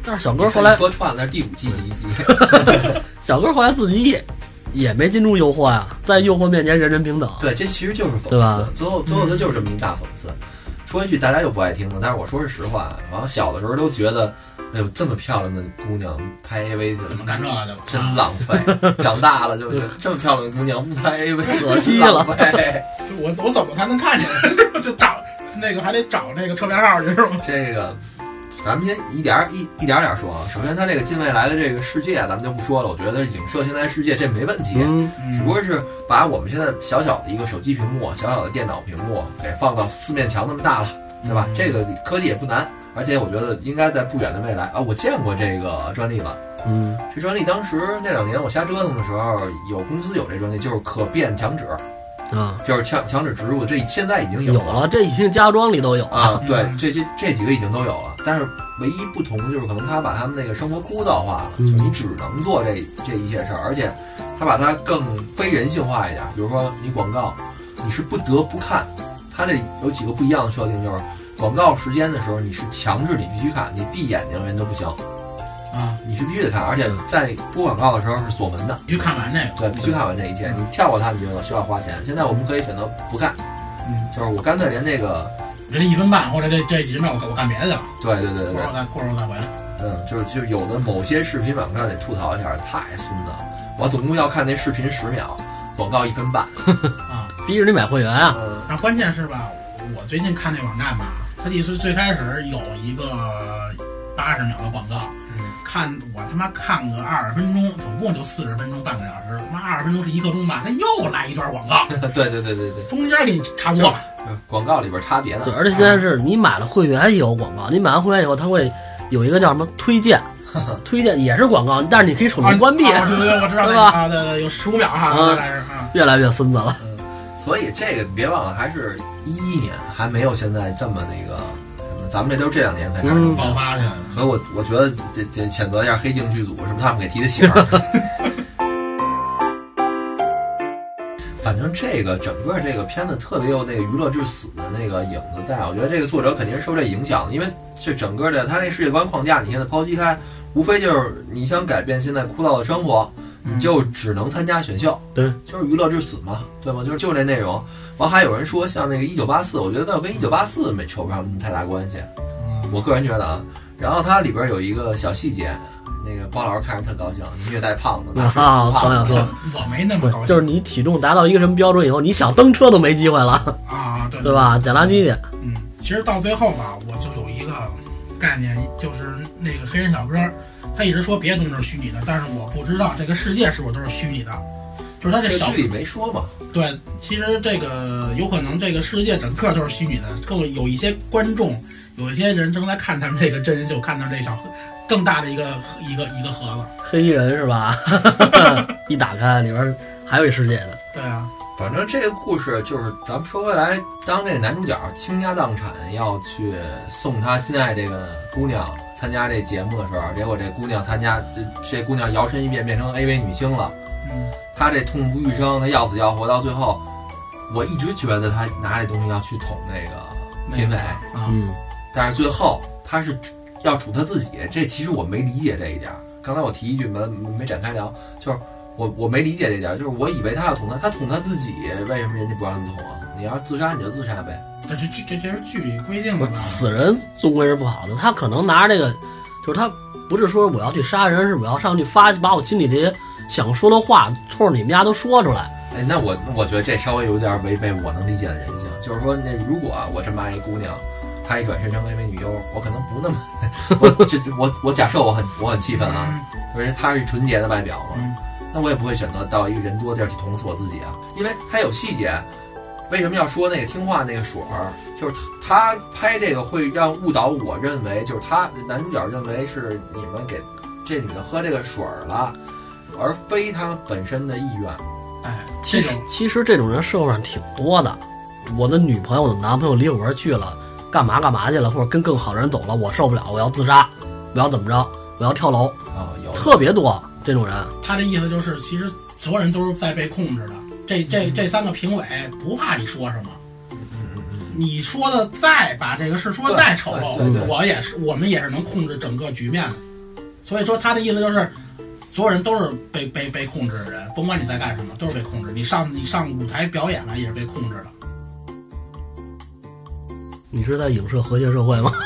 但是小哥后来说串了，那是第5季第1集。 小哥后来自己也没禁住诱惑呀，在诱惑面前人人平等。 对，这其实就是讽对吧刺，最后它就是这么一大讽刺。说一句大家又不爱听的，但是我说是实话。然后小的时候都觉得，哎呦，这么漂亮的姑娘拍 AV 去了， 怎么干这个去了？ 真浪费。长大了就是这么漂亮的姑娘不拍 AV， 可惜了。 我怎么才能看见？就找那个还得找那个车牌号去是吗？ 这个。咱们先一点点说啊。首先，它这个近未来的这个世界，咱们就不说了。我觉得影射现在世界这没问题，只不过是把我们现在小小的一个手机屏幕、小小的电脑屏幕给放到4面墙那么大了，对吧？这个科技也不难，而且我觉得应该在不远的未来啊，我见过这个专利了。这专利当时那2年我瞎折腾的时候，有公司有这专利，就是可变墙纸。就是墙纸植入，这现在已经有了， 这已经家装里都有啊。对，这几个已经都有了，但是唯一不同就是可能他把他们那个生活枯燥化了，就你只能做这一些事儿，而且他把它更非人性化一点。比如说你广告，你是不得不看，它这有几个不一样的设定，就是广告时间的时候你是强制你必须看，你闭眼睛人都不行。你是必须得看，而且在播广告的时候是锁门的， 必须看完这个。 对，必须看完这一切，你跳过它你就需要花钱。现在我们可以选择不看，就是我干脆连这个， 这1分半或者这几十秒我干别的去了。 对， 过会儿再回来。 就是有的某些视频网站得吐槽一下，太孙子了。我总共要看那视频10秒，广告1分半逼着你买会员啊。 然后关键是吧，我最近看那网站吧，它就是最开始有一个80秒的广告。我他妈看个20分钟，总共就40分钟，半个小时，妈20分钟是1刻钟吧，他又来一段广告。 对， 中间给你插播了， 广告里边插别的。 对，而且现在是你买了会员也有广告，你买完会员以后，它会有一个叫什么推荐也是广告，但是你可以手动关闭。 对，我知道， 对吧？ 对，有15秒哈， 越来越孙子了。 所以这个别忘了，还是11年，还没有现在这么那个。咱们这都是这2年才开始爆发去， 所以我觉得这谴责一下黑镜剧组，是不是他们给提的醒儿？反正这个整个这个片子特别有那个娱乐至死的那个影子在，我觉得这个作者肯定是受这影响的，因为这整个的他那世界观框架，你现在抛弃开，无非就是你想改变现在枯燥的生活，你就只能参加选秀， 对， 就是娱乐至死嘛，对吗？就这内容。完还有人说像那个1984，我觉得跟1984没扯不上太大关系，我个人觉得啊。然后它里边有一个小细节，那个包老师看着特高兴，你越带胖子，那是胖子。 我没那么高兴， 就是你体重达到一个什么标准以后，你想蹬车都没机会了啊， 对吧？捡垃圾去。 其实到最后吧，我就有一个概念，就是那个黑人小哥，他一直说别的东西是虚拟的，但是我不知道这个世界是不是都是虚拟的。就是他这小剧里没说嘛。 对，其实这个有可能这个世界整个都是虚拟的，有一些观众，有一些人正在看他们这个真人秀，看他们这更大的一个盒子， 黑衣人是吧？一打开里边还有一世界的。 对啊， 反正这个故事就是咱们说回来，当这男主角倾家荡产要去送他心爱这个姑娘参加这节目的时候，结果这姑娘参加这姑娘摇身一变变成 AV 女星了。他这痛不欲生，他要死要活，到最后，我一直觉得他拿这东西要去捅那个评委，但是最后他是要处他自己，这其实我没理解这一点。刚才我提一句没展开聊，就是我没理解这点，就是我以为他要捅他捅他自己，为什么人家不让他捅啊？你要自杀你就自杀呗。 这是剧里规定的吧？ 死人终归是不好的，他可能拿着这个，就是他不是说我要去杀人，是我要上去把我心里这些想说的话冲着你们家都说出来。 哎，那我觉得这稍微有点违背我能理解的人性，就是说那如果我这么爱一姑娘，她一转身成为女优，我可能不那么我假设我很气愤啊，因为她是纯洁的外表嘛，那我也不会选择到一个人多的地儿去捅死我自己啊，因为她有细节。为什么要说那个听话那个水儿？就是他拍这个会让误导我认为，就是他男主角认为是你们给这女的喝这个水儿了，而非他本身的意愿。 哎， 其实这种人社会上挺多的。我的女朋友、我的男朋友离我而去了，干嘛去了，或者跟更好的人走了，我受不了，我要自杀，我要怎么着，我要跳楼啊，有特别多这种人。 他的意思就是，其实所有人都是在被控制的。这3个评委不怕你说什么，你说的再把这个事说再丑陋，我们也是能控制整个局面的。 所以说他的意思就是，所有人都是被控制的人，甭管你在干什么，都是被控制。你上舞台表演了，也是被控制的。 你是在影射和谐社会吗？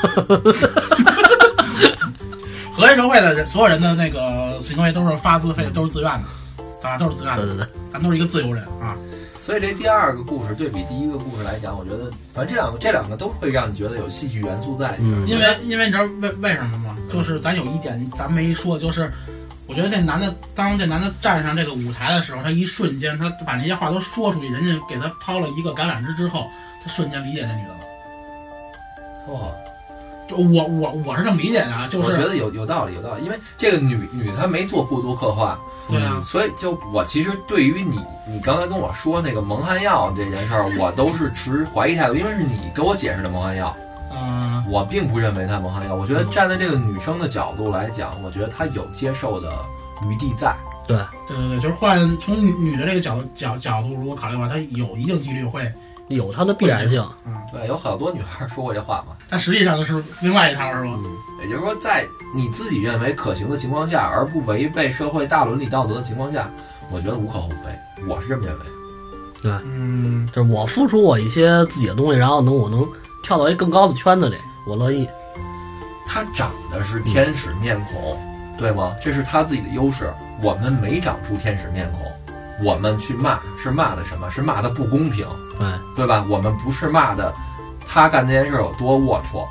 和谐社会的人，所有人的那个行为都是发自都是自愿的，啊，都是自愿的。 对， 咱都是一个自由人啊。 所以这第二个故事对比第一个故事来讲，我觉得反正这两个都会让你觉得有戏剧元素在里面。 因为你知道为什么吗？就是咱有一点咱没说，就是我觉得当这男的站上这个舞台的时候，他一瞬间他把那些话都说出去，人家给他抛了一个橄榄枝之后，他瞬间理解那女的了。 哦， 我是这么理解的啊，就是我觉得有道理，因为这个女的她没做过多刻画。 对啊， 所以就我其实对于你刚才跟我说那个蒙汗药这件事儿，我都是持怀疑态度，因为是你给我解释的蒙汗药，我并不认为它蒙汗药。我觉得站在这个女生的角度来讲，我觉得她有接受的余地在。 对， 就是从女的这个角度如果考虑的话，她有一定几率会有它的必然性。 对，有好多女孩说过这话嘛， 但实际上就是另外一套，是吧？ 也就是说，在你自己认为可行的情况下，而不违背社会大伦理道德的情况下，我觉得无可厚非，我是这么认为。 对，就是我付出我一些自己的东西，然后我能跳到一更高的圈子里，我乐意。 他长的是天使面孔，对吗？这是他自己的优势。我们没长出天使面孔，我们去骂是骂的什么？是骂的不公平，对吧？我们不是骂的他干这件事有多龌龊。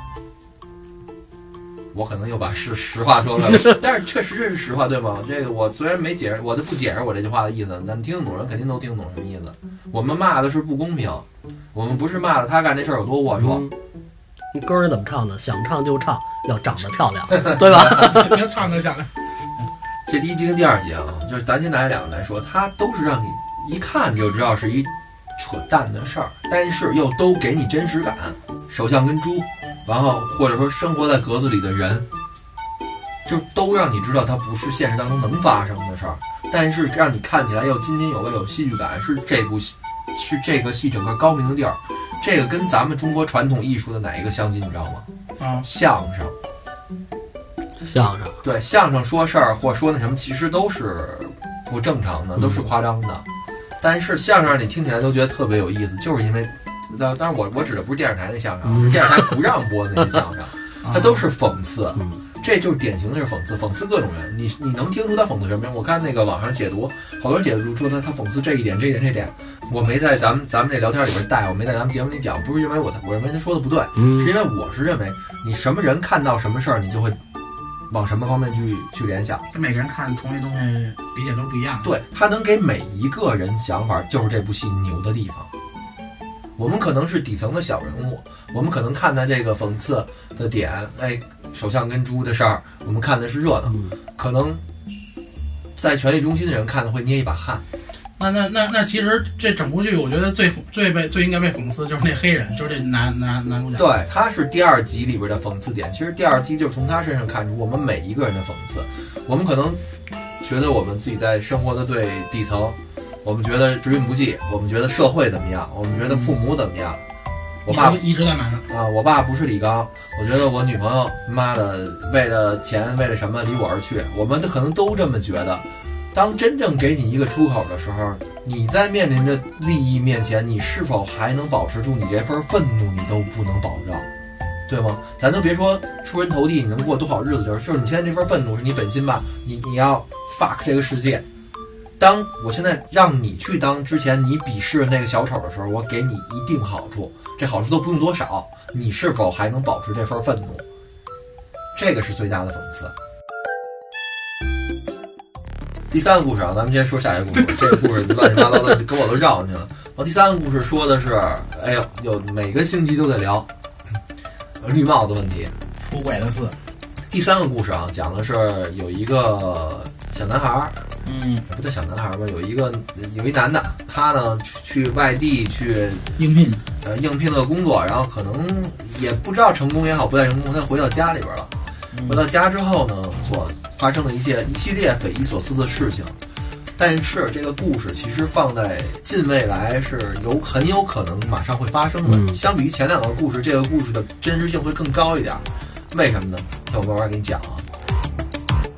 我可能又把实话说出来了，但是确实这是实话，对吗？这个我虽然没解释，我就不解释我这句话的意思，咱听得懂人肯定都听得懂什么意思。我们骂的是不公平，我们不是骂的他干这事有多龌龊。 你歌是怎么唱的？想唱就唱，要长得漂亮，对吧？ 别唱得响。 这第一集跟第二集啊，就是咱先拿两个来说，它都是让你一看就知道是一扯淡的事儿，但是又都给你真实感。首相跟猪，然后或者说生活在格子里的人，就都让你知道它不是现实当中能发生的事儿，但是让你看起来又津津有味、有戏剧感，是这个戏整个高明的地儿。这个跟咱们中国传统艺术的哪一个相近，你知道吗？相声。对，相声说事儿或说那什么，其实都是不正常的，都是夸张的。但是相声让你听起来都觉得特别有意思，就是因为，当然我指的不是电视台的相声，是电视台不让播的那些相声，它都是讽刺。这就是典型的是讽刺各种人。你能听出他讽刺什么样？我看那个网上解读，好多人解读说他讽刺这一点。我没在咱们这聊天里边带，我没在咱们节目里讲，不是因为我认为他说的不对，是因为我是认为你什么人看到什么事儿，你就会往什么方面去联想。 每个人看同一东西理解都不一样。 对，他能给每一个人想法，就是这部戏牛的地方。我们可能是底层的小人物，我们可能看待这个讽刺的点，首相跟猪的事儿，我们看的是热闹，可能在权力中心的人看的会捏一把汗。 那其实这整部剧，我觉得最应该被讽刺就是那黑人，就是这男主角。 对，他是第二集里边的讽刺点。其实第二集就是从他身上看出我们每一个人的讽刺。我们可能觉得我们自己在生活的最底层，我们觉得时运不济，我们觉得社会怎么样，我们觉得父母怎么样。我爸一直在瞒啊，我爸不是李刚，我觉得我女朋友妈的为了钱为了什么离我而去，我们可能都这么觉得。当真正给你一个出口的时候，你在面临着利益面前，你是否还能保持住你这份愤怒，你都不能保证，对吗？咱都别说出人头地，你能过多好日子，就是你现在这份愤怒是你本心吧，你要 fuck 这个世界。当我现在让你去当之前你鄙视那个小丑的时候，我给你一定好处，这好处都不用多少，你是否还能保持这份愤怒？这个是最大的讽刺。第三个故事啊，咱们先说下一个故事。这个故事乱七八糟的，跟我都绕进去了。第三个故事说的是，有每个星期都在聊绿帽子问题， 出轨的事。 第三个故事啊，讲的是有一个小男孩，不叫小男孩吧，有一男的，他呢去外地去应聘了个工作，然后可能也不知道成功也好，不太成功，他回到家里边了。回到家之后呢，所发生了一系列匪夷所思的事情。但是这个故事其实放在近未来是很有可能马上会发生的。相比于前两个故事，这个故事的真实性会更高一点。为什么呢？听我慢慢给你讲啊。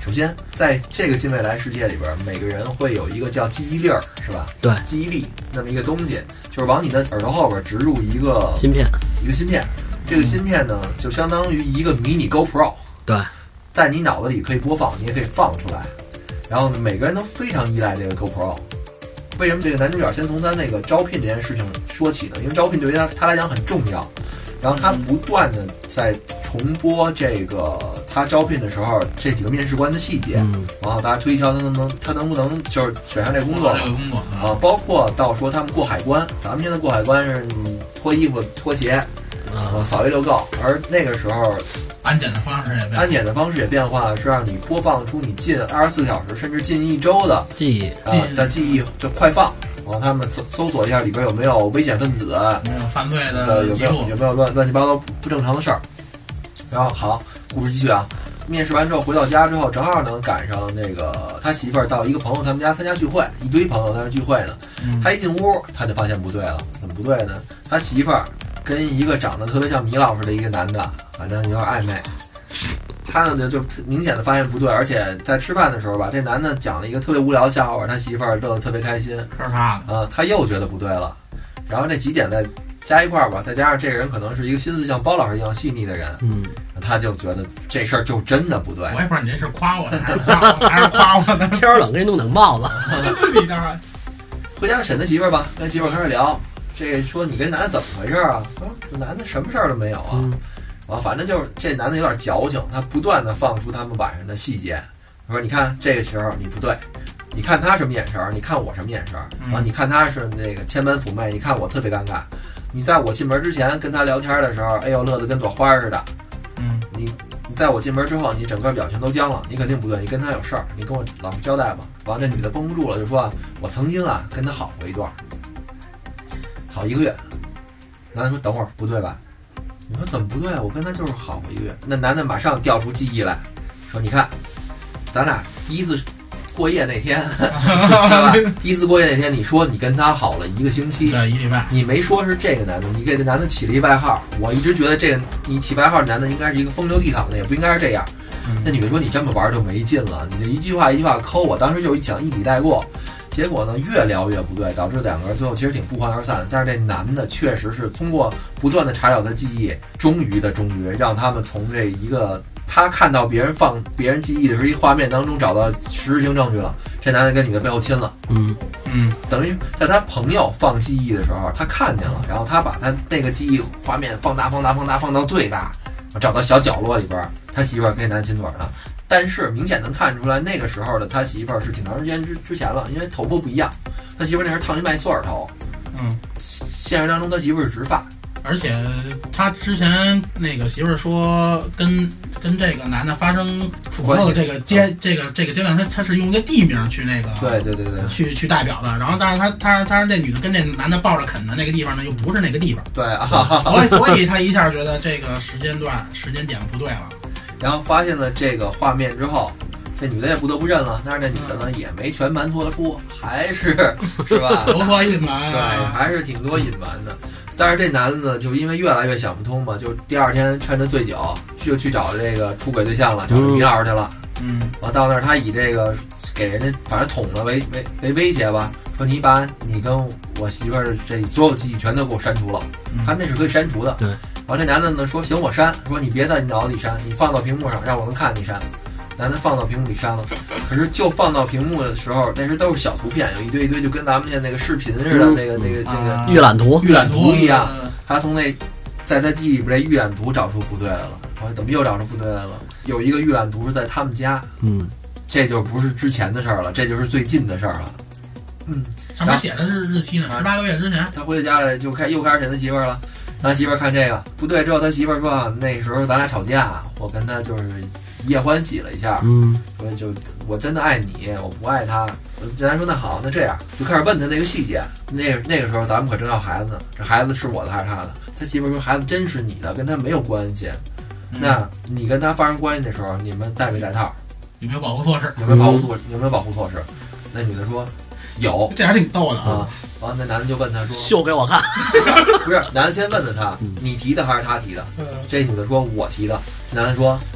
首先，在这个近未来世界里边，每个人会有一个叫记忆粒儿，是吧？ 对， 记忆力那么一个东西，就是往你的耳朵后边植入一个芯片。 这个芯片呢，就相当于一个迷你 GoPro。 对， 在你脑子里可以播放，你也可以放出来。然后呢，每个人都非常依赖这个 GoPro。为什么这个男主角先从他那个招聘这件事情说起呢？因为招聘对于他来讲很重要。然后他不断的在重播这个他招聘的时候这几个面试官的细节，然后大家推敲他能不能就是选上这个工作啊，包括到说他们过海关，咱们现在过海关是你脱衣服脱鞋扫一溜够，而那个时候安检的方式也变化了，是让你播放出你近24个小时甚至近1周的记忆的记忆就快放。然后他们搜索一下里边有没有危险分子， 没有犯罪的记录， 有没有乱七八糟不正常的事儿。然后好，故事继续啊。面试完之后回到家之后，正好能赶上那个他媳妇儿到一个朋友他们家参加聚会，一堆朋友在那聚会呢。他一进屋他就发现不对了，怎么不对呢？他媳妇儿跟一个长得特别像米老师的一个男的，反正有点暧昧。他呢就明显的发现不对，而且在吃饭的时候吧，这男的讲了一个特别无聊的笑话，他媳妇儿乐得特别开心，他又觉得不对了。然后这几点再加一块儿吧，再加上这个人可能是一个心思像包老师一样细腻的人，他就觉得这事儿就真的不对。 我也不知道你这是夸我还是夸我呢？ 天冷给你弄顶帽子， 你大回家审他媳妇儿吧，跟媳妇儿开始聊，这说你跟男的怎么回事啊？这男的什么事儿都没有啊。反正就是这男的有点矫情，他不断的放出他们晚上的细节。我说你看这个时候你不对，你看他什么眼神，你看我什么眼神，然后你看他是那个千般妩媚，你看我特别尴尬。你在我进门之前跟他聊天的时候，哎呦乐得跟朵花似的。你在我进门之后，你整个表情都僵了，你肯定不对，你跟他有事儿，你跟我老实交代吧。完了，这女的绷不住了，就说我曾经跟他好过一段，好1个月。男的说等会儿不对吧？你说怎么不对啊？我跟他就是好过1个月。那男的马上调出记忆来，说你看，咱俩第一次过夜那天，对吧？第一次过夜那天，你说你跟他好了1个星期， 对，1礼拜， 你没说是这个男的，你给这男的起了一外号。我一直觉得这个你起外号的男的应该是一个风流倜傥的，也不应该是这样。那女的说你这么玩就没劲了，你这一句话一句话抠我，当时就是想一笔带过。结果呢，越聊越不对，导致两个人最后其实挺不欢而散的。但是这男的确实是通过不断的查找他记忆，终于让他们从这一个他看到别人放别人记忆的时候一画面当中找到实质性证据了。这男的跟女的背后亲了，等于在他朋友放记忆的时候，他看见了，然后他把他那个记忆画面放大到最大，找到小角落里边，他媳妇儿跟男亲嘴呢。但是明显能看出来，那个时候的他媳妇儿是挺长时间之前了，因为头发不一样，他媳妇儿那是烫一麦穗儿头，现实当中他媳妇儿是直发， 而且他之前那个媳妇儿说跟这个男的发生处后这个阶段，他是用一个地名去那个对去代表的，然后但是他这女的跟这男的抱着啃的那个地方呢，又不是那个地方， 对所以他一下觉得这个时间点不对了。 然后发现了这个画面之后，这女的也不得不认了，但是这女的呢也没全盘托出，还是吧， 多多隐瞒， 对，还是挺多隐瞒的。但是这男的呢，就因为越来越想不通嘛，就第二天趁着醉酒就去找这个出轨对象了，找米老师去了。完到那儿他以这个给人家反正捅了为威胁吧，说你把你跟我媳妇儿这所有记忆全都给我删除了，他们那是可以删除的。 对。 完这男的呢说行我删，说你别在你脑子里删，你放到屏幕上让我能看你删。男的放到屏幕里删了，可是就放到屏幕的时候，那时都是小图片，有一堆就跟咱们现在那个视频似的，那个预览图一样。他从在他记忆里边这预览图找出不对来了，怎么又找出不对来了？有一个预览图是在他们家，这就不是之前的事儿了，这就是最近的事儿了。 上面写的是日期呢，18个月之前。 他回到家里又开始审他媳妇儿了，让他媳妇儿看这个不对之后，他媳妇儿说那时候咱俩吵架，我跟他就是一夜欢喜了一下，所以就我真的爱你，我不爱他。咱说那好，那这样就开始问他那个细节。那个时候咱们可正要孩子呢，这孩子是我的还是他的？他媳妇说孩子真是你的，跟他没有关系。那你跟他发生关系的时候，你们带没带套？ 有没有保护措施？ 有没有保护措施？那女的说有， 这还挺逗的啊。 完了，那男的就问他说：“ 秀给我看。” 不是，男的先问了他，你提的还是他提的？这女的说：“我提的。”男的说：“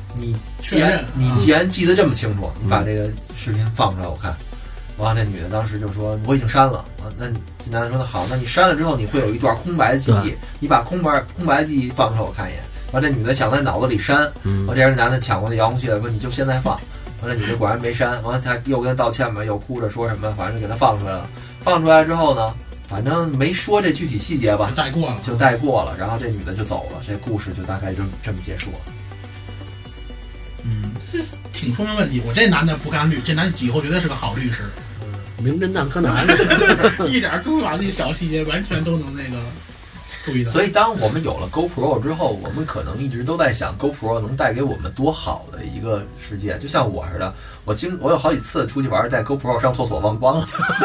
你既然记得这么清楚，你把这个视频放出来我看。完了，这女的当时就说我已经删了。那这男的说那好，那你删了之后你会有一段空白的记忆，你把空白记忆放出来我看一眼。完了，这女的想在脑子里删，完这人男的抢过那遥控器来说你就现在放。完了，女的果然没删。完了，他又跟他道歉吧，又哭着说什么，反正就给他放出来了。放出来之后呢，反正没说这具体细节吧，就带过了。然后这女的就走了，这故事就大概就这么结束了。 挺说明问题。我这男的不干律，这男的以后绝对是个好律师。 名侦探柯南， 一点蛛丝马迹小细节完全都能那个注意到。 所以当我们有了 GoPro 之后，我们可能一直都在想 GoPro 能带给我们多好的一个世界。就像我似的，我有好几次出去玩带 GoPro 上厕所忘光了。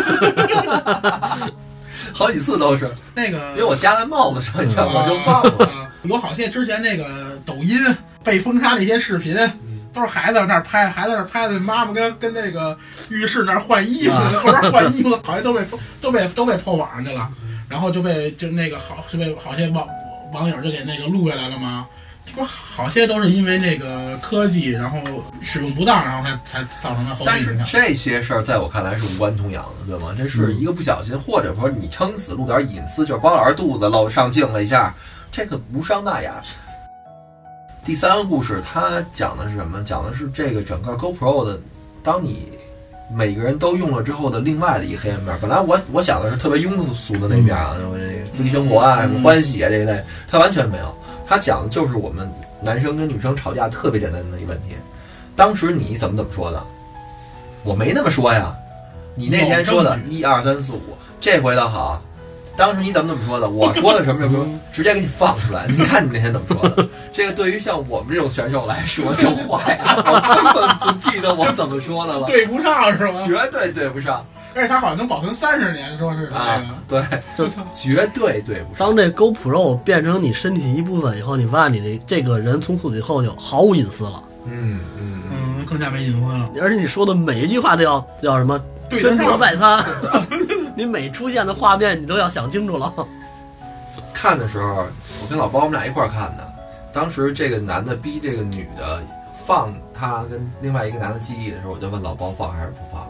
好几次都是那个， 因为我夹在帽子上，你知道吗？就忘了。 有好些之前那个抖音被封杀那些视频，都是孩子在那儿拍，妈妈跟那个浴室那儿换衣服，后边换衣服，好像都被抛网上去了，然后就被好些网友就给那个录下来了吗？不，好些都是因为那个科技，然后使用不当，然后才造成的后遗影响。 但是这些事儿在我看来是无关痛痒的，对吗？这是一个不小心，或者说你撑死露点隐私，就是包老师肚子露上镜了一下，这个无伤大雅。第三个故事，它讲的是什么？讲的是这个整个 GoPro 的，当你每个人都用了之后的另外的一个黑暗面。本来我想的是特别庸俗的那边啊，夫妻生活啊，什么欢喜啊这一类，它完全没有。它讲的就是我们男生跟女生吵架特别简单的一个问题。当时你怎么说的？我没那么说呀。你那天说的1、2、3、4、5，这回倒好。当时你怎么说的？我说的什么直接给你放出来。你看你那天怎么说的？这个对于像我们这种选手来说就坏了，我根本不记得我怎么说的了， 对不上是吧？ 绝对对不上。 而且它好像能保存30年，说是啊，对，就绝对对不上。 当这 GoPro 变成你身体一部分以后，你发现你这个人从此以后就毫无隐私了。 更加没隐私了。 而且你说的每一句话都要什么斟酌再三，你每出现的画面你都要想清楚了。 看的时候，我跟老包我们俩一块儿看的。当时这个男的逼这个女的放他跟另外一个男的记忆的时候，我就问老包放还是不放。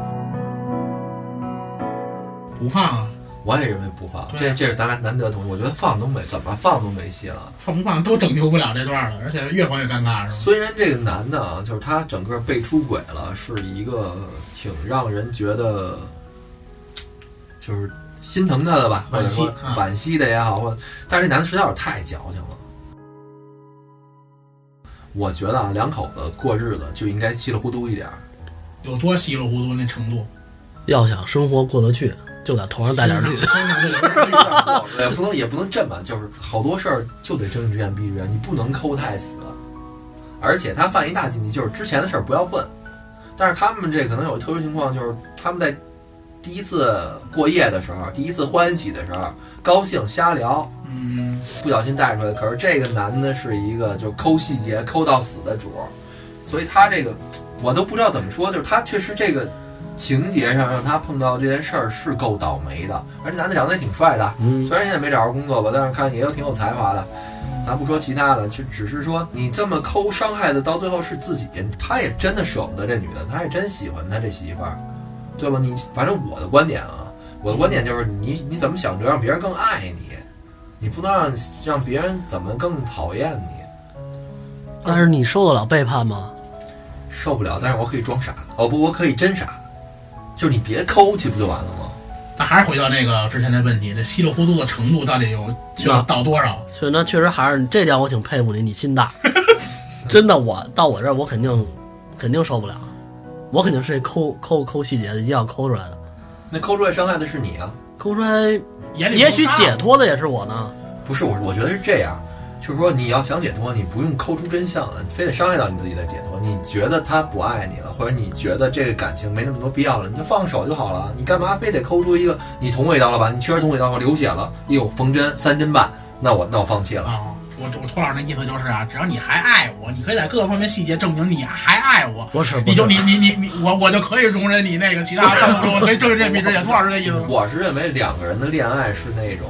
不放啊！ 我也认为不放，这是咱俩难得同意。我觉得放都没怎么放都没戏了， 放不放都拯救不了这段了，而且越放越尴尬。是吧？ 虽然这个男的啊，就是他整个被出轨了，是一个挺让人觉得就是心疼他的吧，或者说惋惜的也好，或但是这男的实在是太矫情了。我觉得啊，两口子过日子就应该稀里糊涂一点。 有多稀里糊涂那程度？ 要想生活过得去，就在头上带点绿。 也不能这么，就是好多事儿就得睁一只眼闭一只眼，你不能抠太死。而且他犯一大禁忌，就是之前的事儿不要问。但是他们这可能有特殊情况，就是他们在第一次过夜的时候，第一次欢喜的时候，高兴瞎聊，不小心带出来。可是这个男的是一个就抠细节抠到死的主，所以他这个我都不知道怎么说，就是他确实这个情节上让他碰到这件事儿是够倒霉的。而且男的长得也挺帅的，虽然现在没找着工作吧，但是看也有挺有才华的。咱不说其他的，就只是说你这么抠伤害的到最后是自己，他也真的舍不得这女的，他也真喜欢他这媳妇儿，对吧？你反正我的观点啊，我的观点就是你怎么想着让别人更爱你，你不能让别人怎么更讨厌你。 但是你受得了背叛吗？ 受不了，但是我可以装傻。哦不，我可以真傻，就是你别抠去不就完了吗？ 他还是回到那个之前的问题，这稀里糊涂的程度到底需要到多少？ 所以那确实还是这点我挺佩服你，你心大。真的，我到我这儿我肯定受不了，我肯定是抠细节的，一定要抠出来的。 那抠出来伤害的是你啊， 抠出来也许解脱的也是我呢。 不是我觉得是这样，就是说你要想解脱，你不用抠出真相来，你非得伤害到你自己再解脱。你觉得他不爱你了，或者你觉得这个感情没那么多必要了，你就放手就好了。你干嘛非得抠出一个你捅我一刀了吧？你确实捅我一刀了，流血了，又缝针3针半，那我放弃了啊。 我托老师那意思就是啊，只要你还爱我，你可以在各个方面细节证明你还爱我。 不是， 你我就可以容忍你那个其他的，我可以睁一只眼闭一只眼。托老师这意思吗？ 我是认为两个人的恋爱是那种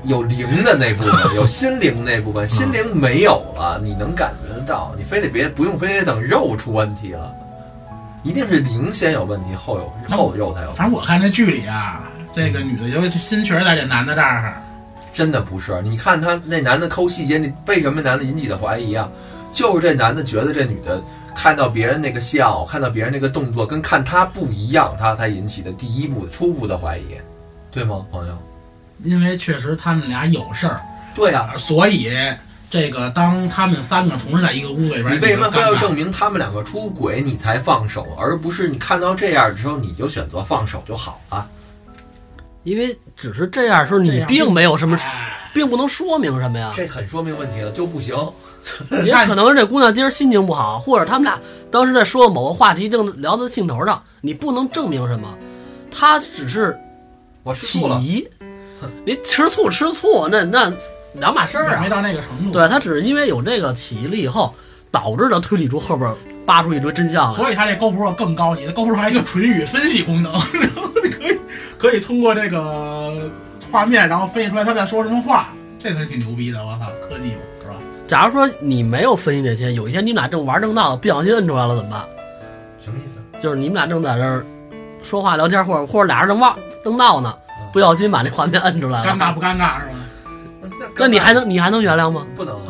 有灵的那部分，有心灵那部分，心灵没有了，你能感觉得到，你非得不用非得等肉出问题了，一定是灵先有问题，后肉才有。 反正我看那剧里啊，这个女的就心确实在这男的这儿。 真的不是，你看他那男的抠细节，你为什么男的引起的怀疑啊？就是这男的觉得这女的看到别人那个笑，看到别人那个动作跟看他不一样，他才引起的第一步初步的怀疑，对吗，朋友？ 因为确实他们俩有事儿。 对啊， 所以这个当他们三个同时在一个屋子里边， 你为什么非要证明他们两个出轨你才放手，而不是你看到这样的时候你就选择放手就好了？ 因为只是这样的时候，你并没有什么，并不能说明什么呀。 这很说明问题了，就不行。 也可能是这姑娘今儿心情不好，或者他们俩当时在说某个话题正聊到兴头上，你不能证明什么，他只是起疑。你吃醋那两码事儿啊， 没到那个程度。 对，他只是因为有这个起疑了以后，导致了推理出后边扒出一堆真相来。 所以他这 GoPro 更高级，的 GoPro 还有一个纯语分析功能，然后你可以通过这个画面，然后分析出来他在说什么话，这才挺牛逼的。我操，科技是吧？ 假如说你没有分析这些，有一天你们俩正玩正闹的，不小心摁出来了怎么办？ 什么意思？ 就是你们俩正在这儿说话聊天，或者俩人正闹呢，不小心把那画面摁出来了， 尴尬不尴尬是吧？ 那你还能原谅吗？ 不能，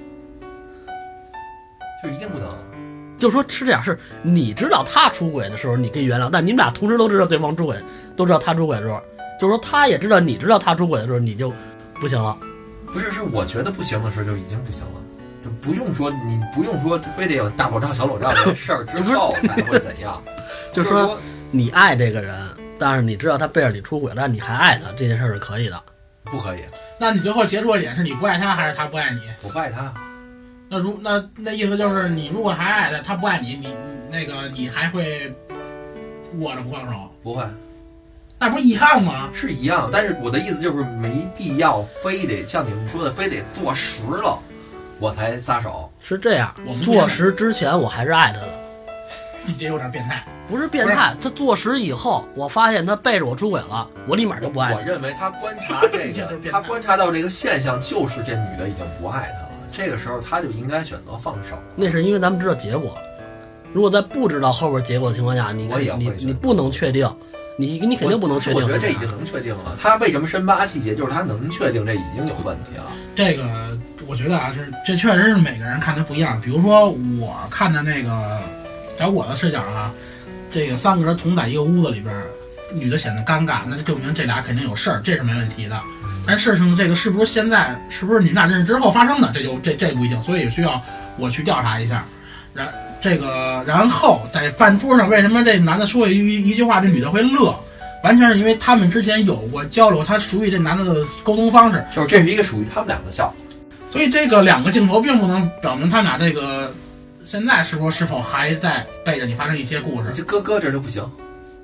就一定不能。 就说是这样，是你知道他出轨的时候你可以原谅，但你们俩同时都知道对方出轨，都知道他出轨的时候，就是说他也知道你知道他出轨的时候，你就不行了。 不是，是我觉得不行的时候就已经不行了，就不用说你不用说非得有大裸照小裸照这事儿之后才会怎样。 就是说你爱这个人，但是你知道他背着你出轨，但是你还爱他，这件事是可以的。 不可以。 那你最后结束的点是你不爱他，还是他不爱你？ 我不爱他。 那意思就是你如果还爱他，他不爱你，你还会握着不放手？ 不会。 那不是一样吗？ 是一样，但是我的意思就是没必要非得像你们说的非得坐实了我才撒手。 是这样，坐实之前我还是爱他的。 你这有点变态。 不是变态，他坐实以后，我发现他背着我出轨了，我立马就不爱他。 我认为他观察这个，他观察到这个现象，就是这女的已经不爱他了。这个时候他就应该选择放手。 那是因为咱们知道结果，如果在不知道后边结果的情况下，你不能确定，你肯定不能确定。 我觉得这已经能确定了。他为什么深扒细节，就是他能确定这已经有问题了。 这个我觉得啊，这确实是每个人看的不一样。比如说我看的那个，在我的视角啊，这个三个人同在一个屋子里边，女的显得尴尬，那就证明这俩肯定有事儿，这是没问题的。但事情这个是不是现在是不是你们俩认识之后发生的，这不一定，所以需要我去调查一下。然后在饭桌上，为什么这男的说一句话，这女的会乐？完全是因为他们之前有过交流，他属于这男的的沟通方式， 就是这是一个属于他们俩的笑。 所以这个两个镜头并不能表明他们俩这个现在是否还在背着你发生一些故事。 这搁这就不行。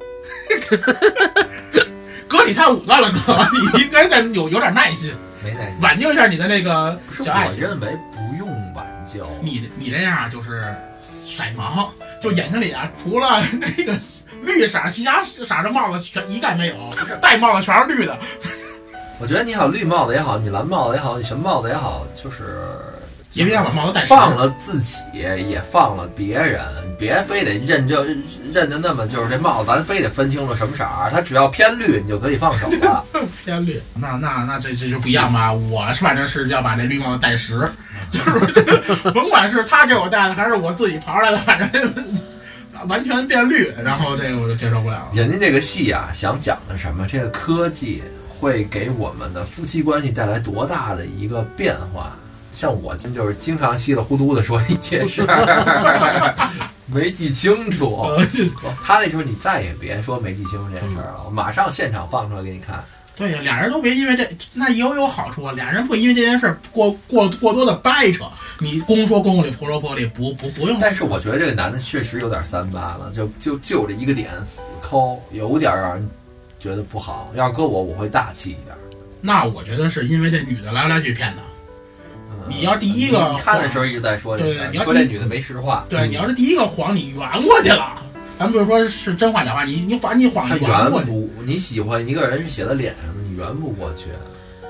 哥，你太武断了，哥，你应该再有点耐心， 没耐心， 挽救一下你的那个小爱情。 我认为不用挽救， 你这样就是色盲，就眼睛里啊，除了那个绿色，其他色的帽子全一概没有，戴帽子全是绿的。 我觉得你好，绿帽子也好，你蓝帽子也好，你什么帽子也好，就是也别要把帽子戴实， 放了自己，也放了别人，别非得认的那么就是这帽子，咱非得分清楚什么色儿，它只要偏绿，你就可以放手了。 偏绿，那这就不一样吧？我是反正是要把这绿帽子戴实，就是甭管是他给我戴的还是我自己刨来的，反正完全变绿，然后这个我就接受不了了。 人家这个戏啊，想讲的什么？这个科技会给我们的夫妻关系带来多大的一个变化？像我就是经常稀里糊涂的说一些事儿，没记清楚。他那时候你再也别说没记清楚这件事儿了，我马上现场放出来给你看。 对呀，俩人都别因为这，那也有好处啊。俩人不因为这件事过多的掰扯，你公说公理，婆说婆理，不用。 但是我觉得这个男的确实有点三八了，就这一个点死抠，有点让人觉得不好。要是搁我会大气一点。那我觉得是因为这女的来来去骗他。你要第一个你看的时候一直在说这个， 你要说这女的没实话。 对，你要是第一个谎你圆过去了，咱不是说是真话假话，你把你谎圆过去。 你喜欢一个人是写在脸上的，你圆不过去。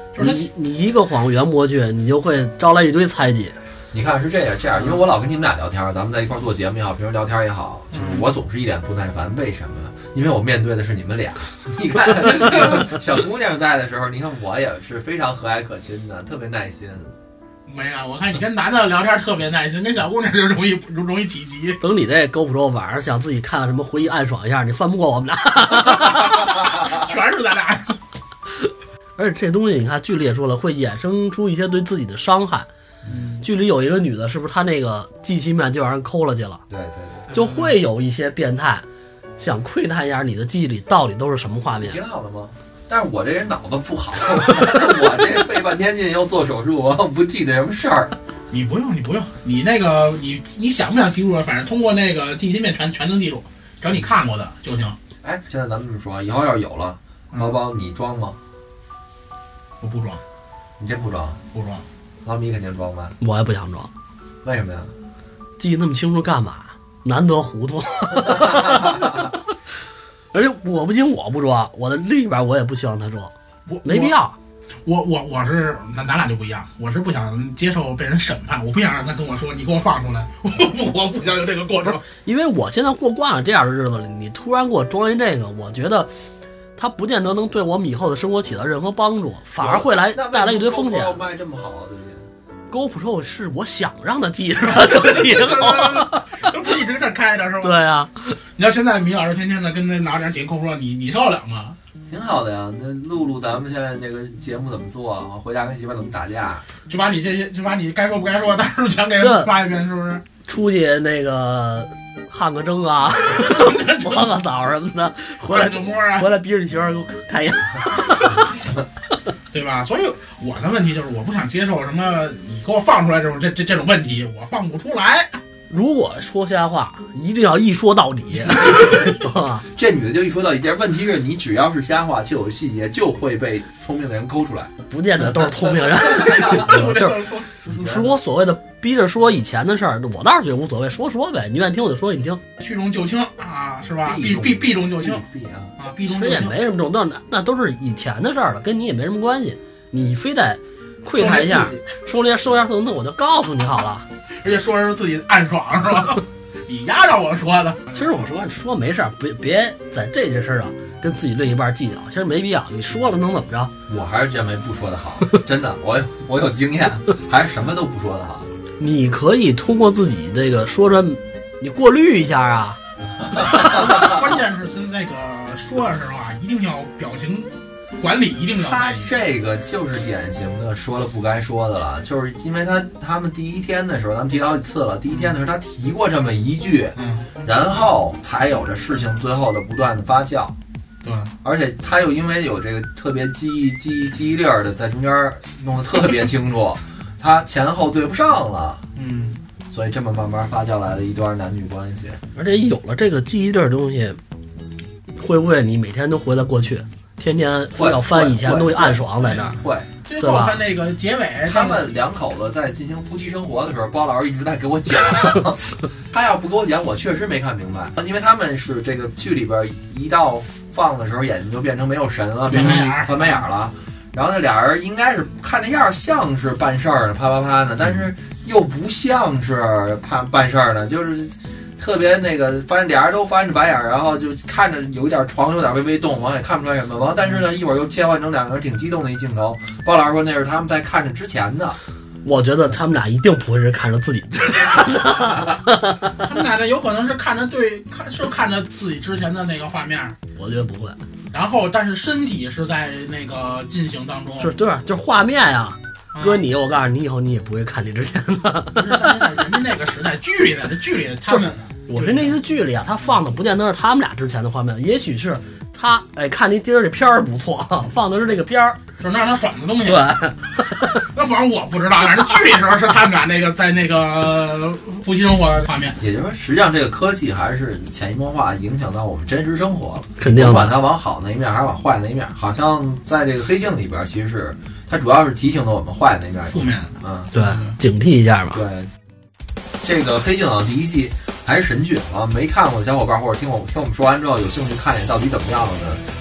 就是你一个谎圆不过去，你就会招来一堆猜忌。 你看是这样，因为我老跟你们俩聊天，咱们在一块做节目也好，平时聊天也好，就是我总是一脸不耐烦，为什么？因为我面对的是你们俩。你看这个小姑娘在的时候，你看我也是非常和蔼可亲的，特别耐心。 没啊，我看你跟男的聊天特别耐心，跟小姑娘就容易起急。 等你这 GoPro 晚上想自己看什么回忆暗爽一下，你翻不过我们俩。 全是咱俩。 而且这东西你看剧里也说了，会衍生出一些对自己的伤害。剧里有一个女的，是不是她那个记忆面就让人抠了去了？ 对， 就会有一些变态想窥探一下你的记忆里到底都是什么画面。 挺好的吗？但是我这人脑子不好，我这费半天劲又做手术，我不记得什么事儿。 你不用，你那个你想不想记住？反正通过那个记忆面全能记住，只要你看过的就行。 哎，现在咱们这么说，以后要是有了，包包你装吗？ 我不装。 你真不装？ 不装。 老米肯定装吧？ 我也不想装。 为什么呀？ 记那么清楚干嘛？难得糊涂。而且我不仅我不装，我的另一边我也不希望他装，没必要。 我是咱俩就不一样，我是不想接受被人审判，我不想让他跟我说你给我放出来，我不想有这个过程。 因为我现在过惯了这样的日子里，你突然给我装一这个，我觉得它不见得能对我们以后的生活起到任何帮助，反而会带来一堆风险。 GoPro 卖这么好啊，最近 GoPro 是我想让它记着就记着， 这不一直在开着是吧？ 对啊， 你要现在米老师天天的跟那拿点点 GoPro， 你受得了吗？ 挺好的呀，那录咱们现在这个节目怎么做啊？回家跟媳妇怎么打架？ 就把你这些，就把你该说不该说，到时候全给发一遍，是不是？ 出去那个汗个蒸啊，摸个澡什么的，回来逼着你媳妇给我看一眼， 对吧？所以我的问题就是，我不想接受什么你给我放出来这种问题，我放不出来。 如果说瞎话，一定要一说到底。 这女的就一说到底，这问题是你只要是瞎话，就有细节，就会被聪明的人抠出来。 不见得都是聪明人。就是我所谓的逼着说以前的事儿，我倒是觉得无所谓，说呗，你愿意听我就说，你听。 去重就轻啊，是吧？避重就轻啊，避重就轻。 其实也没什么重，那都是以前的事儿了，跟你也没什么关系。你非得窥探一下，收一下自那我就告诉你好了。 而且说是自己暗爽是吧？你丫让我说的。 其实我说没事儿，别在这件事上跟自己另一半计较，其实没必要。你说了能怎么着？ 我还是认为不说的好，真的，我有经验，还是什么都不说的好。 你可以通过自己这个说着，你过滤一下啊。 关键是那个说的时候啊，一定要表情。管理一定要他这个就是典型的说了不该说的了，就是因为他们第一天的时候，咱们提了好几次了，第一天的时候他提过这么一句，然后才有这事情最后的不断的发酵。 对， 而且他又因为有这个特别记忆力的在中间弄得特别清楚，他前后对不上了，所以这么慢慢发酵来的一段男女关系。 而且有了这个记忆力的东西，会不会你每天都回到过去？天天要翻以前东西暗爽在这儿， 会。 最后他那个结尾， 他们两口子在进行夫妻生活的时候，包老师一直在给我讲。他要不给我讲，我确实没看明白，因为他们是这个剧里边一到放的时候，眼睛就变成没有神了，变成翻白眼了。然后那俩人应该是看这样像是办事儿的，啪啪啪的，但是又不像是办事儿的，就是。特别那个，反正俩人都翻着白眼，然后就看着有一点床有点微微动，完也看不出来什么。完，但是呢，一会儿又切换成两个人挺激动的一镜头。包老师说那是他们在看着之前的。 我觉得他们俩一定不会是看着自己之前的。 他们俩呢，有可能是看着自己之前的那个画面。 我觉得不会。 然后，但是身体是在那个进行当中。 就是画面呀。哥你，我告诉你，以后你也不会看你之前的。 但是在人家那个时代，剧里他们， 我是那意思，剧里啊，他放的不见得是他们俩之前的画面，也许是他看那今儿这片儿不错，放的是这个片儿， 就是让他爽的东西。 对， 那反正我不知道，反正剧里时候是他们俩那个在那个夫妻生活的画面。 也就是说，实际上这个科技还是潜移默化影响到我们真实生活了。 肯定， 不管它往好那一面还是往坏那一面，好像在这个黑镜里边，其实是。它主要是提醒了我们坏的那面， 负面的，对，警惕一下嘛。 对，这个《黑镜》第一季还是神剧啊！没看过的小伙伴或者听我们说完之后有兴趣看一眼到底怎么样了呢？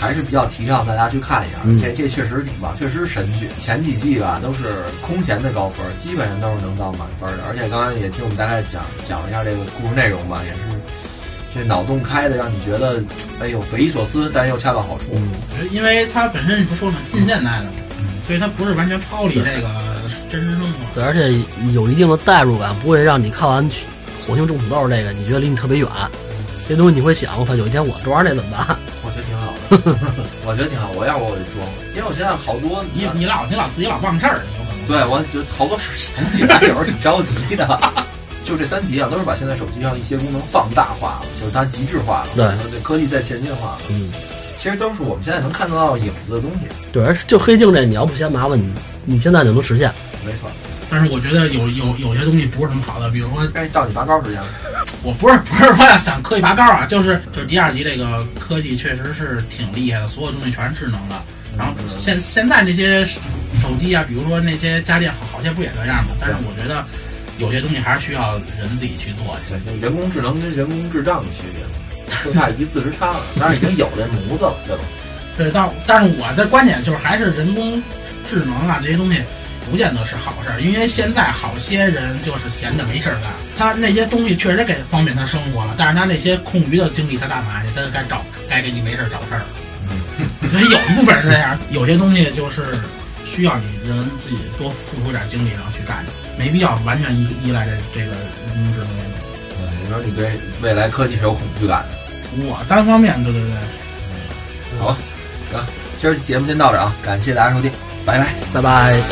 还是比较提倡大家去看一下，这确实挺棒，确实是神剧。前几季吧都是空前的高分，基本上都是能到满分的。而且刚刚也听我们大概讲一下这个故事内容吧，也是这脑洞开的，让你觉得哎呦匪夷所思，但又恰到好处。 因为它本身你不说嘛，近现代的，所以它不是完全抛离这个真实生活。 对，而且有一定的代入感，不会让你看完《火星种土豆》这个，你觉得离你特别远。这东西你会想，我操，有一天我装这怎么办？ 我觉得挺好的，我觉得挺好。我要是我就装，因为我现在好多你老自己老忘事儿，你有可能。 对，我就好多事想不起来，有时候挺着急的。就这3集啊，都是把现在手机上一些功能放大化了，就是它极致化了，对，科技在前进化了。其实都是我们现在能看得到影子的东西。 对，就黑镜这，你要不嫌麻烦，你现在就能实现。 没错。 但是我觉得有些东西不是什么好的，比如说， 到你拔高时间了。 我不是说要想科技拔高啊，就是第2集这个科技确实是挺厉害的，所有东西全是智能的。然后现在那些手机啊，比如说那些家电，好些不也这样吗？但是我觉得有些东西还是需要人自己去做。 对，人工智能跟人工智障的区别，就差一个字之差了。当然已经有这模子了，对吧？ 对，但是我的观点就是，还是人工智能啊这些东西。不见得是好事儿，因为现在好些人就是闲着没事儿干，他那些东西确实给方便他生活了，但是他那些空余的精力他干嘛去？他该给你没事儿找事儿了。所以有一部分是这样，有些东西就是需要你人自己多付出点精力然后去干，没必要完全依赖这个人工智能。 对，你说你对未来科技是有恐惧感的？ 我单方面对。 好吧，行，今儿节目先到这啊，感谢大家收听，拜拜， 拜拜。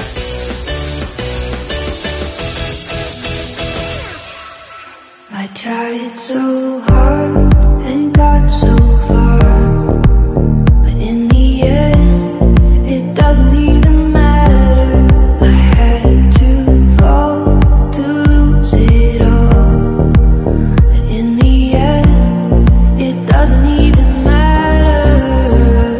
I tried so hard and got so far, but in the end, it doesn't even matter. I had to fall to lose it all, but in the end, it doesn't even matter.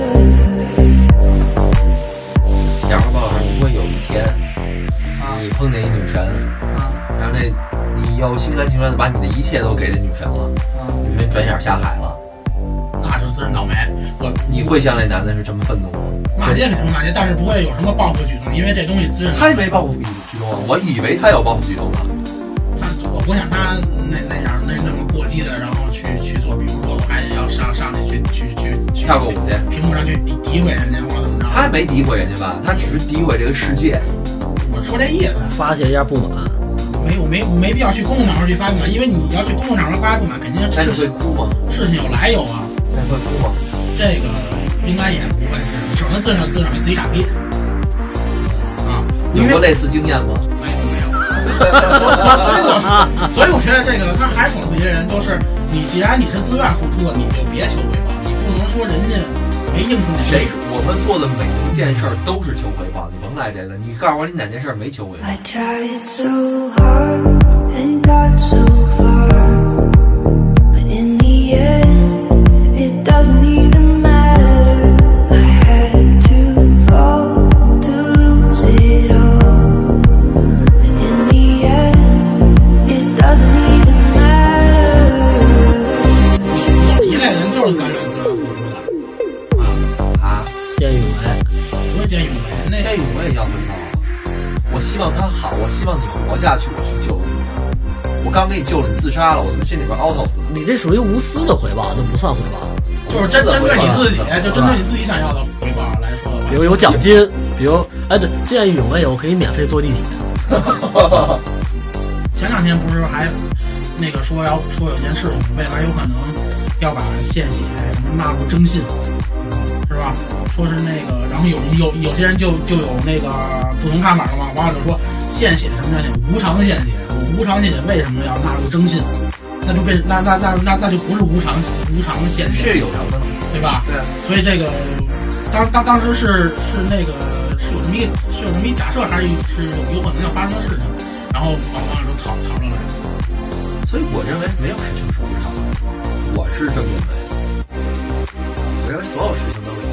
假如吧，如果有一天你碰见一女神，然后你又心甘情愿的把你的一切都给这女神了，女神转眼下海了， 那是自认倒霉。 你会像那男的是这么愤怒吗？ 骂街肯定骂街，但是不会有什么报复举动，因为这东西自认。 他也没报复举动啊，我以为他有报复举动呢。 我不想他那样那么过激的，然后去做，比如说我还要上去跳个舞去， 屏幕上去诋毁人家或者怎么着。 他没诋毁人家吧？他只是诋毁这个世界。 我说这意思， 发泄一下不满。 没必要去公共场合去发不满，因为你要去公共场合发不满，肯定那你会哭吗？ 事情有来有啊。 那你会哭吗？ 这个应该也不会，只能自认为自己傻逼啊。 有过类似经验吗？ 没有。所以我觉得这个他还讽刺一些人，就是你既然你是自愿付出的，你就别求回报，你不能说人家没应付你。 谁说我们做的每一件事儿都是求回报？你甭来这个，你告诉我你哪件事儿没求回报？ I tried so hard and got so far, but in the end, it doesn't even matter. I had to fall to lose it all, but in the end, it doesn't even matter. 一类人就是甘愿自愿付出的啊！ 见义勇为， 不是见义勇为， 见义勇为也要回报啊！我希望他好，我希望你活下去，我去救你。我刚给你救了，你自杀了，我怎么心里边凹透死？ 你这属于无私的回报，那不算回报。 就是针对你自己，就针对你自己想要的回报来说的话， 比如有奖金，比如对，见义勇为我可以免费坐地铁。 前2天不是还那个说有件事情，未来有可能要把献血什么纳入征信，是吧？说是那个，然后有些人就有那个不同看法了嘛。网友就说献血什么叫无偿献血？无偿献血为什么要纳入征信？那就那就不是无偿献血， 是有偿的吗？ 对吧？ 对。 所以这个当时是那个是有这么一假设，还是有可能要发生的事情，然后网友就讨论了。 所以我认为没有事情是无偿的，我是这么认为。我认为所有事情都是